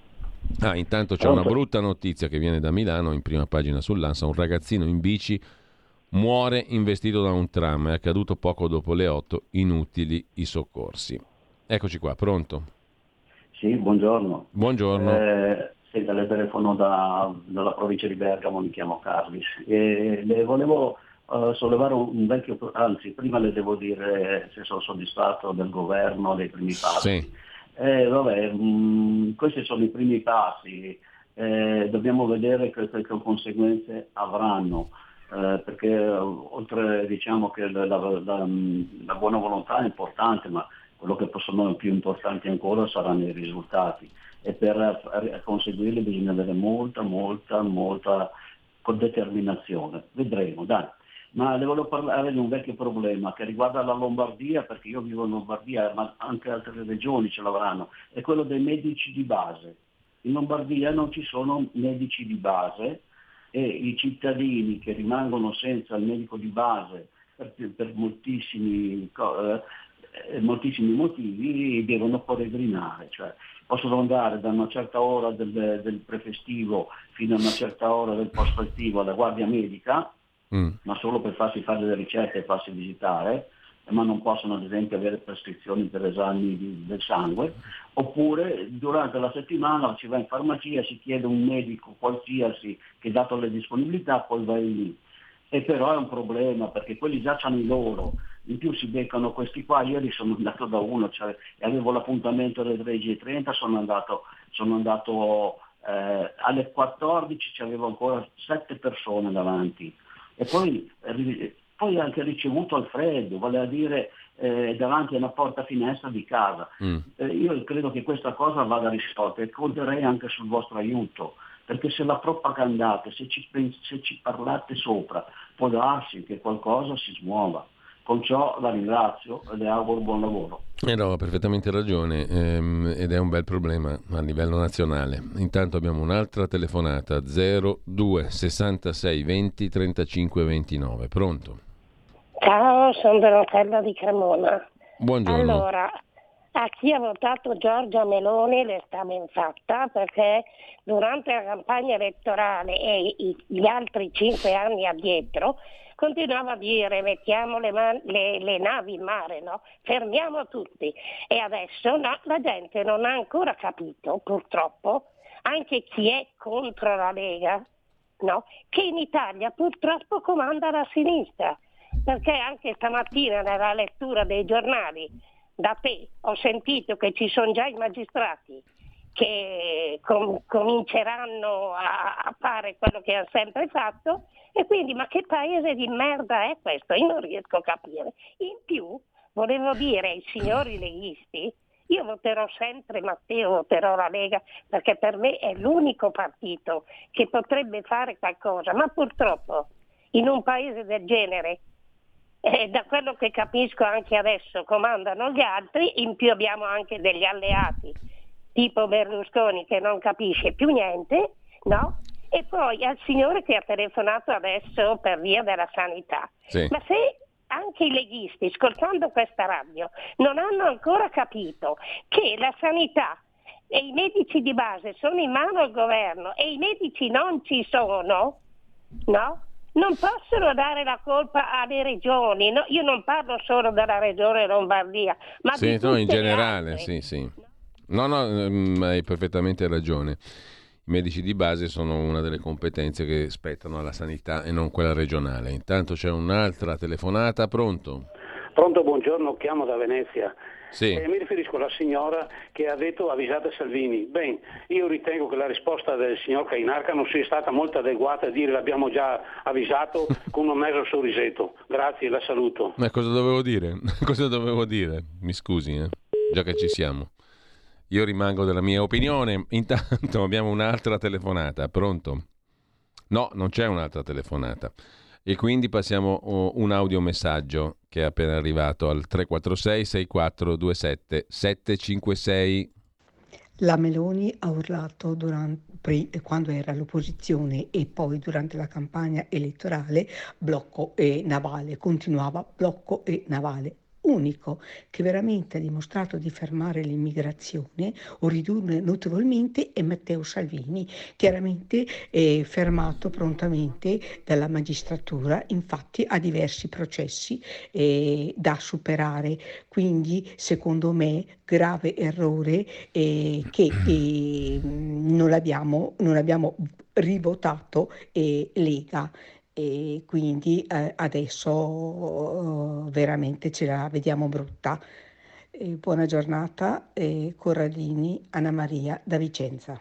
Speaker 3: Ah, intanto c'è una brutta notizia che viene da Milano, in prima pagina sull'Ansa, un ragazzino in bici muore investito da un tram, è accaduto poco dopo le otto, inutili i soccorsi. Eccoci qua, pronto?
Speaker 12: Sì, buongiorno.
Speaker 3: Buongiorno.
Speaker 12: Eh, senta, le telefono da, dalla provincia di Bergamo, mi chiamo Carlis. E le volevo uh, sollevare un, un vecchio, anzi prima le devo dire se sono soddisfatto del governo, dei primi passi.
Speaker 3: Sì.
Speaker 12: Eh, vabbè, mh, questi sono i primi passi, eh, dobbiamo vedere che, che conseguenze avranno. Eh, perché oltre, diciamo che la, la, la, la buona volontà è importante, ma quello che sono più importanti ancora saranno i risultati, e per conseguirli bisogna avere molta, molta, molta determinazione. Vedremo, dai. Ma le volevo parlare di un vecchio problema che riguarda la Lombardia, perché io vivo in Lombardia, ma anche altre regioni ce l'avranno, è quello dei medici di base. In Lombardia non ci sono medici di base, e i cittadini che rimangono senza il medico di base per, per moltissimi, eh, moltissimi motivi devono peregrinare, cioè possono andare da una certa ora del, del prefestivo fino a una certa ora del post-festivo alla guardia medica, mm. ma solo per farsi fare delle ricette e farsi visitare, ma non possono ad esempio avere prescrizioni per esami di, del sangue, oppure durante la settimana si va in farmacia, si chiede un medico qualsiasi che dato le disponibilità, poi vai lì. E però è un problema perché quelli già hanno i loro, in più si beccano questi qua. Ieri sono andato da uno, cioè, avevo l'appuntamento alle tredici e trenta, sono andato, sono andato eh, alle quattordici, c'avevo ancora sette persone davanti, e poi eh, Poi anche ricevuto al freddo, vale a dire eh, davanti a una porta finestra di casa. Mm. Eh, io credo che questa cosa vada risolta e conterei anche sul vostro aiuto, perché se la propagandate, se ci, pens- se ci parlate sopra, può darsi che qualcosa si smuova. Con ciò la ringrazio e le auguro buon lavoro.
Speaker 3: Eh no, ha perfettamente ragione, ehm, ed è un bel problema a livello nazionale. Intanto abbiamo un'altra telefonata, zero due sessantasei venti trentacinque ventinove. Pronto?
Speaker 13: Ciao, sono Donatella di Cremona.
Speaker 3: Buongiorno.
Speaker 13: Allora, a chi ha votato Giorgia Meloni le sta ben fatta, perché durante la campagna elettorale e i- gli altri cinque anni addietro continuava a dire mettiamo le, man- le- le navi in mare, no? Fermiamo tutti. E adesso no, la gente non ha ancora capito, purtroppo, anche chi è contro la Lega, no? Che in Italia purtroppo comanda la sinistra, perché anche stamattina nella lettura dei giornali da te ho sentito che ci sono già i magistrati che com- cominceranno a-, a fare quello che hanno sempre fatto, e quindi ma che paese di merda è questo? Io non riesco a capire. In più volevo dire ai signori leghisti, io voterò sempre Matteo, voterò la Lega, perché per me è l'unico partito che potrebbe fare qualcosa, ma purtroppo in un paese del genere, eh, da quello che capisco anche adesso, comandano gli altri, in più abbiamo anche degli alleati, tipo Berlusconi che non capisce più niente, no? E poi al signore che ha telefonato adesso per via della sanità.
Speaker 3: Sì.
Speaker 13: Ma se anche i leghisti, ascoltando questa radio, non hanno ancora capito che la sanità e i medici di base sono in mano al governo e i medici non ci sono, no? Non possono dare la colpa alle regioni, no? Io non parlo solo della regione Lombardia, ma
Speaker 3: Sì,
Speaker 13: di
Speaker 3: no,
Speaker 13: tutte
Speaker 3: in
Speaker 13: le
Speaker 3: generale,
Speaker 13: altre.
Speaker 3: sì, sì. No, no, ehm, hai perfettamente ragione. I medici di base sono una delle competenze che spettano alla sanità e non quella regionale. Intanto c'è un'altra telefonata, pronto?
Speaker 14: Pronto, buongiorno, chiamo da Venezia.
Speaker 3: Sì.
Speaker 14: Eh, mi riferisco alla signora che ha detto avvisate Salvini. Ben, io ritengo che la risposta del signor Cainarca non sia stata molto adeguata a dire l'abbiamo già avvisato con un mezzo sorrisetto. Grazie, la saluto.
Speaker 3: Ma cosa dovevo dire? Cosa dovevo dire? Mi scusi, eh? Già che ci siamo. Io rimango della mia opinione. Intanto abbiamo un'altra telefonata. Pronto? No, non c'è un'altra telefonata. E quindi passiamo oh, un audiomessaggio che è appena arrivato al tre quattro sei sei quattro due sette sette cinque sei.
Speaker 15: La Meloni ha urlato durante, pre- quando era all'opposizione e poi durante la campagna elettorale blocco e navale, continuava blocco e navale. Unico che veramente ha dimostrato di fermare l'immigrazione o ridurre notevolmente è Matteo Salvini, chiaramente eh, fermato prontamente dalla magistratura, infatti ha diversi processi eh, da superare, quindi secondo me grave errore eh, che eh, non abbiamo, non abbiamo rivotato eh, Lega. E quindi eh, adesso eh, veramente ce la vediamo brutta. Eh, buona giornata, eh, Corradini, Anna Maria da Vicenza.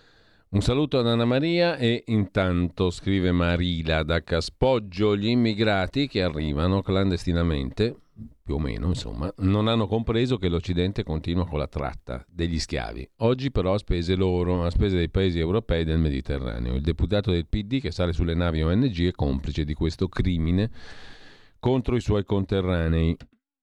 Speaker 3: Un saluto ad Anna Maria e intanto scrive Marila da Caspoggio: gli immigrati che arrivano clandestinamente, più o meno insomma, non hanno compreso che l'Occidente continua con la tratta degli schiavi. Oggi però a spese loro, a spese dei paesi europei del Mediterraneo. Il deputato del P D che sale sulle navi O N G è complice di questo crimine contro i suoi conterranei.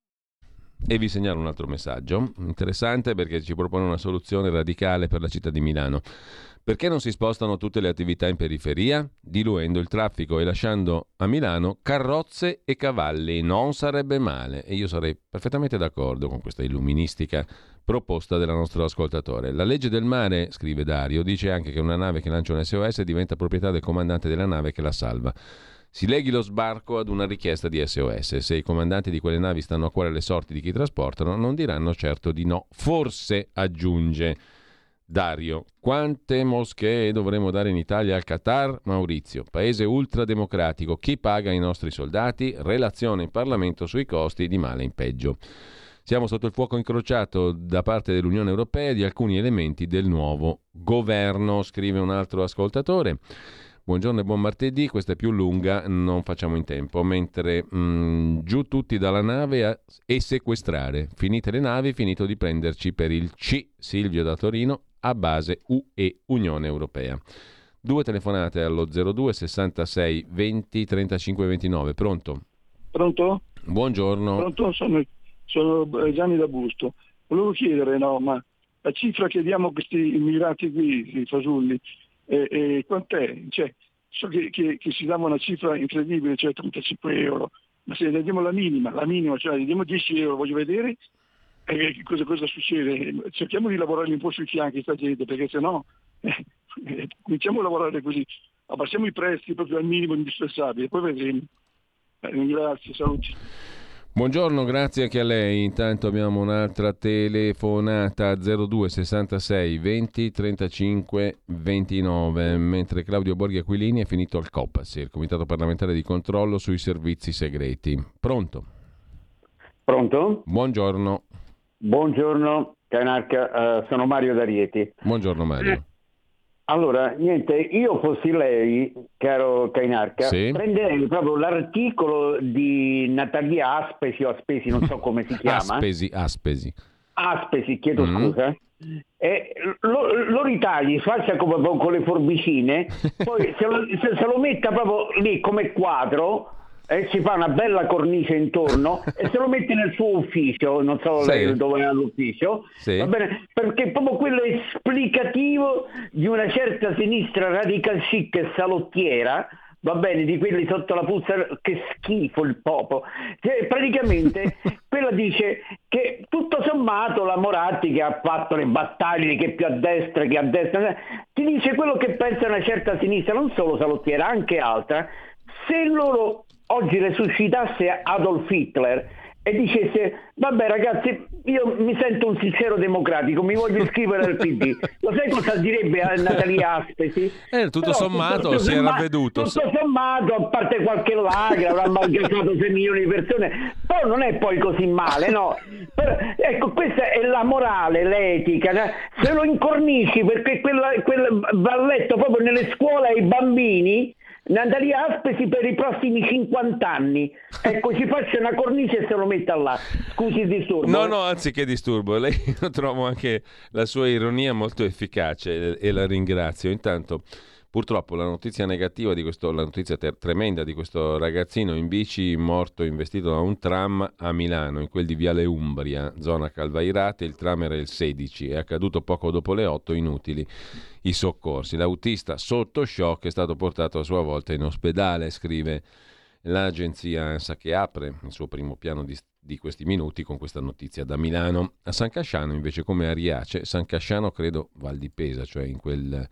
Speaker 3: E vi segnalo un altro messaggio interessante perché ci propone una soluzione radicale per la città di Milano. Perché non si spostano tutte le attività in periferia, diluendo il traffico e lasciando a Milano carrozze e cavalli? Non sarebbe male, e io sarei perfettamente d'accordo con questa illuministica proposta del nostro ascoltatore. La legge del mare, scrive Dario, dice anche che una nave che lancia un S O S diventa proprietà del comandante della nave che la salva. Si leghi lo sbarco ad una richiesta di S O S. Se i comandanti di quelle navi stanno a cuore le sorti di chi trasportano, non diranno certo di no. Forse, aggiunge Dario. Quante moschee dovremo dare in Italia al Qatar? Maurizio, paese ultrademocratico, chi paga i nostri soldati? Relazione in Parlamento sui costi, di male in peggio. Siamo sotto il fuoco incrociato da parte dell'Unione Europea di alcuni elementi del nuovo governo, scrive un altro ascoltatore. Buongiorno e buon martedì, questa è più lunga, non facciamo in tempo. Mentre mh, giù tutti dalla nave a, e sequestrare. Finite le navi, finito di prenderci per il C. Silvio da Torino, a base U E, Unione Europea. Due telefonate allo zero due sessantasei venti trentacinque ventinove. Pronto?
Speaker 16: Pronto?
Speaker 3: Buongiorno.
Speaker 16: Pronto? Sono, sono Gianni da Busto. Volevo chiedere, no, ma la cifra che diamo a questi immigrati qui, i fasulli, E, e quant'è? Cioè, so che, che, che si dava una cifra incredibile, cioè trentacinque euro, ma se ne diamo la minima, la minima, cioè gli diamo dieci euro, voglio vedere eh, cosa, cosa succede. Cerchiamo di lavorare un po' sui fianchi sta gente, perché sennò eh, eh, cominciamo a lavorare così, abbassiamo i prezzi proprio al minimo indispensabile, poi vedremo. Eh, grazie, saluti.
Speaker 3: Buongiorno, grazie anche a lei. Intanto abbiamo un'altra telefonata zero due sessantasei venti trentacinque ventinove, mentre Claudio Borghi Aquilini è finito al COPASIR, il Comitato Parlamentare di Controllo sui Servizi Segreti. Pronto?
Speaker 17: Pronto?
Speaker 3: Buongiorno.
Speaker 17: Buongiorno, Canarca, uh, sono Mario D'Arieti.
Speaker 3: Buongiorno Mario.
Speaker 17: Eh, allora, niente, io fossi lei, caro Cainarca,
Speaker 3: sì?
Speaker 17: prenderei proprio l'articolo di Natalia Aspesi o Aspesi, non so come si chiama.
Speaker 3: Aspesi, Aspesi.
Speaker 17: Aspesi, chiedo
Speaker 3: Mm.
Speaker 17: scusa. E lo, lo ritagli, faccia come con le forbicine, poi se lo, se, se lo metta proprio lì come quadro e si fa una bella cornice intorno e se lo metti nel suo ufficio, non so
Speaker 3: Sì.
Speaker 17: lei dove è l'ufficio,
Speaker 3: Sì.
Speaker 17: va bene, perché proprio quello è esplicativo di una certa sinistra radical chic e salottiera, va bene, di quelli sotto la puzza, che schifo il popolo. Cioè, praticamente quella dice che tutto sommato la Moratti, che ha fatto le battaglie che più a destra che a destra, ti dice quello che pensa una certa sinistra, non solo salottiera, anche altra. Se loro oggi resuscitasse Adolf Hitler e dicesse vabbè ragazzi, io mi sento un sincero democratico, mi voglio iscrivere al P D, lo sai cosa direbbe a Natalia Aspesi?
Speaker 3: Eh, tutto
Speaker 17: Però,
Speaker 3: sommato
Speaker 17: tutto
Speaker 3: si era
Speaker 17: somma-
Speaker 3: veduto.
Speaker 17: tutto sommato, a parte qualche lagra, avrà mangiato sei milioni di persone, però non è poi così male, no? Però, ecco, questa è la morale, l'etica, no? Se lo incornisci, perché quella, quel va letto proprio nelle scuole ai bambini, Natalia Aspesi per i prossimi cinquanta anni, ecco, ci faccia una cornice e se lo metta là. Scusi il disturbo.
Speaker 3: No,
Speaker 17: eh.
Speaker 3: no, anzi che disturbo. Lei trovo anche la sua ironia molto efficace e, e la ringrazio. Intanto, purtroppo la notizia negativa di questo, la notizia ter- tremenda di questo ragazzino in bici morto investito da un tram a Milano, in quel di Viale Umbria, zona Calvairate. Il tram era il sedici, è accaduto poco dopo le otto, inutili i soccorsi. L'autista sotto shock è stato portato a sua volta in ospedale, scrive l'agenzia ANSA, che apre il suo primo piano di, di questi minuti con questa notizia da Milano. A San Casciano invece, come a Riace, San Casciano credo Val di Pesa, cioè in quel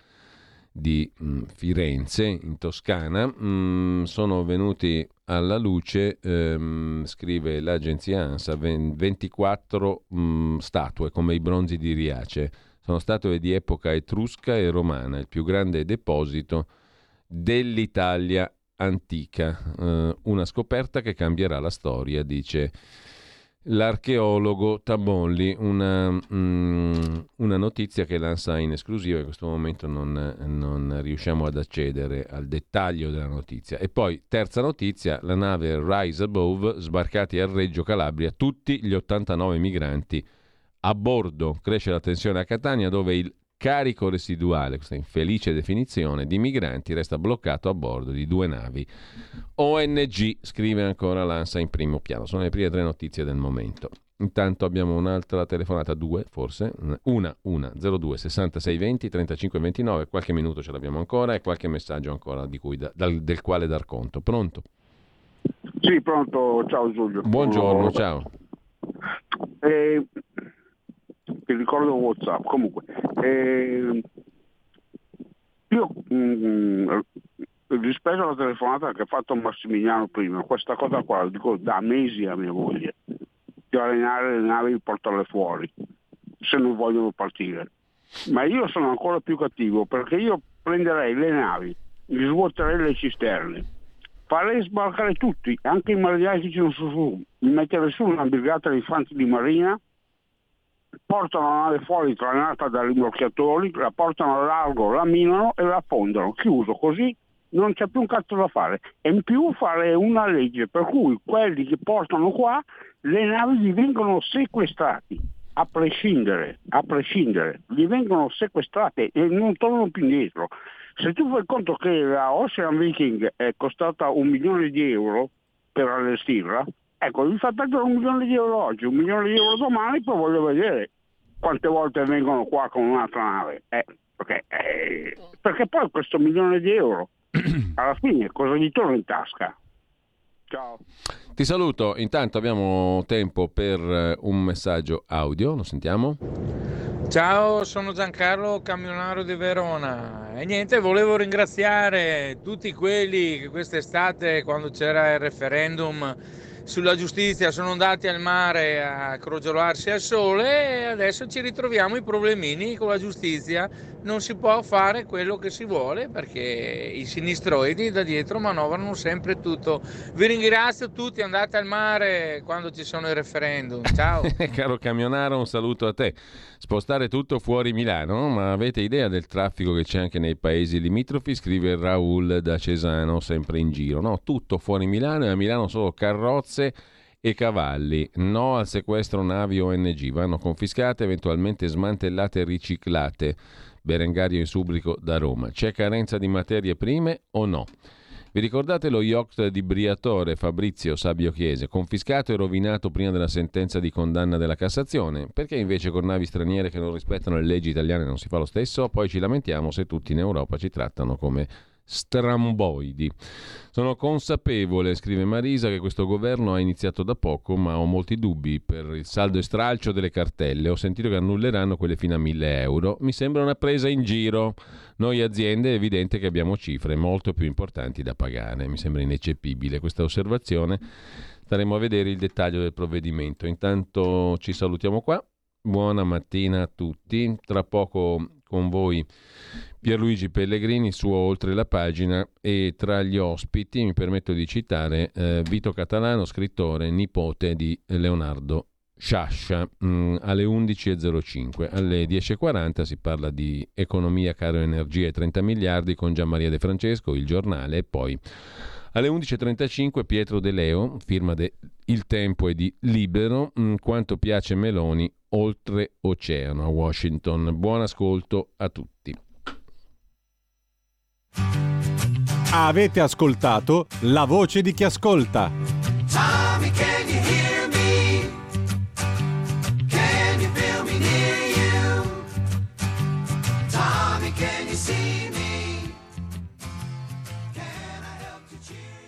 Speaker 3: di mh, Firenze, in Toscana, mh, sono venuti alla luce, ehm, scrive l'agenzia ANSA, ventiquattro mh, statue come i bronzi di Riace. Sono statue di epoca etrusca e romana, il più grande deposito dell'Italia antica. Eh, una scoperta che cambierà la storia, dice l'archeologo Tabolli. Una, mm, una notizia che l'ANSA in esclusiva, in questo momento non, non riusciamo ad accedere al dettaglio della notizia. E poi, terza notizia, la nave Rise Above, sbarcati a Reggio Calabria tutti gli ottantanove migranti a bordo. Cresce la tensione a Catania, dove il carico residuale, questa infelice definizione, di migranti resta bloccato a bordo di due navi O N G, scrive ancora l'ANSA in primo piano. Sono le prime tre notizie del momento. Intanto abbiamo un'altra telefonata, due forse, una, una, zero due sessantasei venti trentacinque ventinove, qualche minuto ce l'abbiamo ancora e qualche messaggio ancora di cui da, dal, del quale dar conto. Pronto?
Speaker 7: Sì, pronto, ciao Giulio.
Speaker 3: Buongiorno,
Speaker 7: Oh,
Speaker 3: ciao.
Speaker 7: Eh, ti ricordo WhatsApp, comunque. Eh, io mh, rispetto alla telefonata che ha fatto Massimiliano prima, questa cosa qua lo dico da mesi a mia moglie, di allenare le navi e portarle fuori, se non vogliono partire. Ma io sono ancora più cattivo, perché io prenderei le navi, gli svuoterei le cisterne, farei sbarcare tutti, anche i marinai che ci sono su, mi metterei su una brigata di fanti di marina, portano la nave fuori trainata dai rimorchiatori, la portano a largo, la minano e la affondono, chiuso, così non c'è più un cazzo da fare. E in più fare una legge per cui quelli che portano qua le navi gli vengono sequestrati, a prescindere, a prescindere, gli vengono sequestrate e non tornano più indietro. Se tu fai conto che la Ocean Viking è costata un milione di euro per allestirla, ecco, vi fa perdere un milione di euro oggi, un milione di euro domani, poi voglio vedere quante volte vengono qua con un'altra nave. Eh, perché, eh, perché poi questo milione di euro, alla fine, cosa gli torna in tasca? Ciao.
Speaker 3: Ti saluto, intanto abbiamo tempo per un messaggio audio, lo sentiamo?
Speaker 18: Ciao, sono Giancarlo, camionaro di Verona e niente, volevo ringraziare tutti quelli che quest'estate, quando c'era il referendum sulla giustizia, sono andati al mare a crogiolarsi al sole e adesso ci ritroviamo i problemini con la giustizia. Non si può fare quello che si vuole perché i sinistroidi da dietro manovrano sempre tutto. Vi ringrazio tutti, andate al mare quando ci sono i referendum. Ciao.
Speaker 3: Caro camionaro, un saluto a te. Spostare tutto fuori Milano, ma avete idea del traffico che c'è anche nei paesi limitrofi? Scrive Raul da Cesano, sempre in giro. No, tutto fuori Milano, e a Milano solo carrozze e cavalli. No al sequestro navi O N G, vanno confiscate, eventualmente smantellate e riciclate. Berengario in Subrico da Roma. C'è carenza di materie prime o no? Vi ricordate lo yacht di Briatore Fabrizio Sabio Chiese, confiscato e rovinato prima della sentenza di condanna della Cassazione? Perché invece con navi straniere che non rispettano le leggi italiane non si fa lo stesso? Poi ci lamentiamo se tutti in Europa ci trattano come stramboidi. Sono consapevole, scrive Marisa, che questo governo ha iniziato da poco, ma ho molti dubbi per il saldo e stralcio delle cartelle. Ho sentito che annulleranno quelle fino a mille euro. Mi sembra una presa in giro. Noi aziende è evidente che abbiamo cifre molto più importanti da pagare. Mi sembra ineccepibile questa osservazione. Staremo a vedere il dettaglio del provvedimento. Intanto ci salutiamo qua. Buona mattina a tutti. Tra poco con voi Pierluigi Pellegrini, suo Oltre la pagina, e tra gli ospiti mi permetto di citare eh, Vito Catalano, scrittore, nipote di Leonardo Sciascia, mh, alle undici e zero cinque. Alle dieci e quaranta si parla di economia, caro energia e trenta miliardi con Gianmaria De Francesco, Il Giornale, e poi alle undici e trentacinque Pietro De Leo, firma de Il Tempo e di Libero, mh, quanto piace Meloni, oltre oceano a Washington. Buon ascolto a tutti.
Speaker 1: Avete ascoltato La Voce di Chi Ascolta.
Speaker 2: Tommy, can you hear me? Can you feel me near you? Tommy, can you see me? Can I help to cheer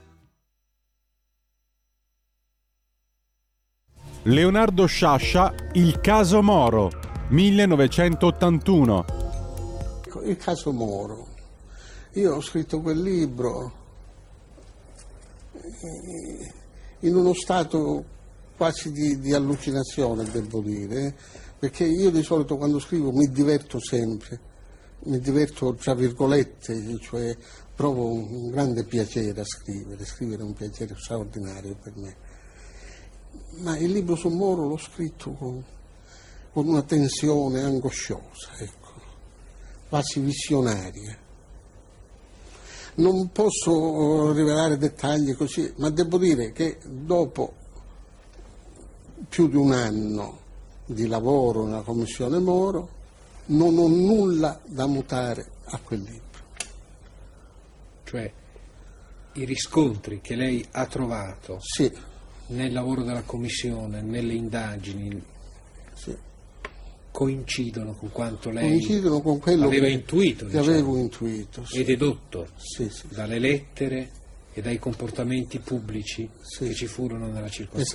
Speaker 2: you?
Speaker 1: Leonardo Sciascia, Il caso Moro, millenovecentottantuno.
Speaker 19: Il caso Moro. Io ho scritto quel libro in uno stato quasi di, di allucinazione, devo dire, perché io di solito quando scrivo mi diverto sempre, mi diverto tra virgolette, cioè provo un, un grande piacere a scrivere, scrivere è un piacere straordinario per me. Ma il libro su Moro l'ho scritto con, con una tensione angosciosa, ecco, quasi visionaria. Non posso rivelare dettagli così, ma devo dire che dopo più di un anno di lavoro nella Commissione Moro non ho nulla da mutare a quel libro.
Speaker 20: Cioè, i riscontri che lei ha trovato
Speaker 19: sì.
Speaker 20: nel lavoro della Commissione, nelle indagini,
Speaker 19: sì.
Speaker 20: coincidono con quanto lei
Speaker 19: coincidono con quello
Speaker 20: aveva
Speaker 19: che,
Speaker 20: intuito,
Speaker 19: che
Speaker 20: diciamo,
Speaker 19: avevo intuito sì.
Speaker 20: e dedotto
Speaker 19: sì, sì,
Speaker 20: dalle lettere e dai comportamenti pubblici
Speaker 19: sì.
Speaker 20: che ci furono nella circostanza.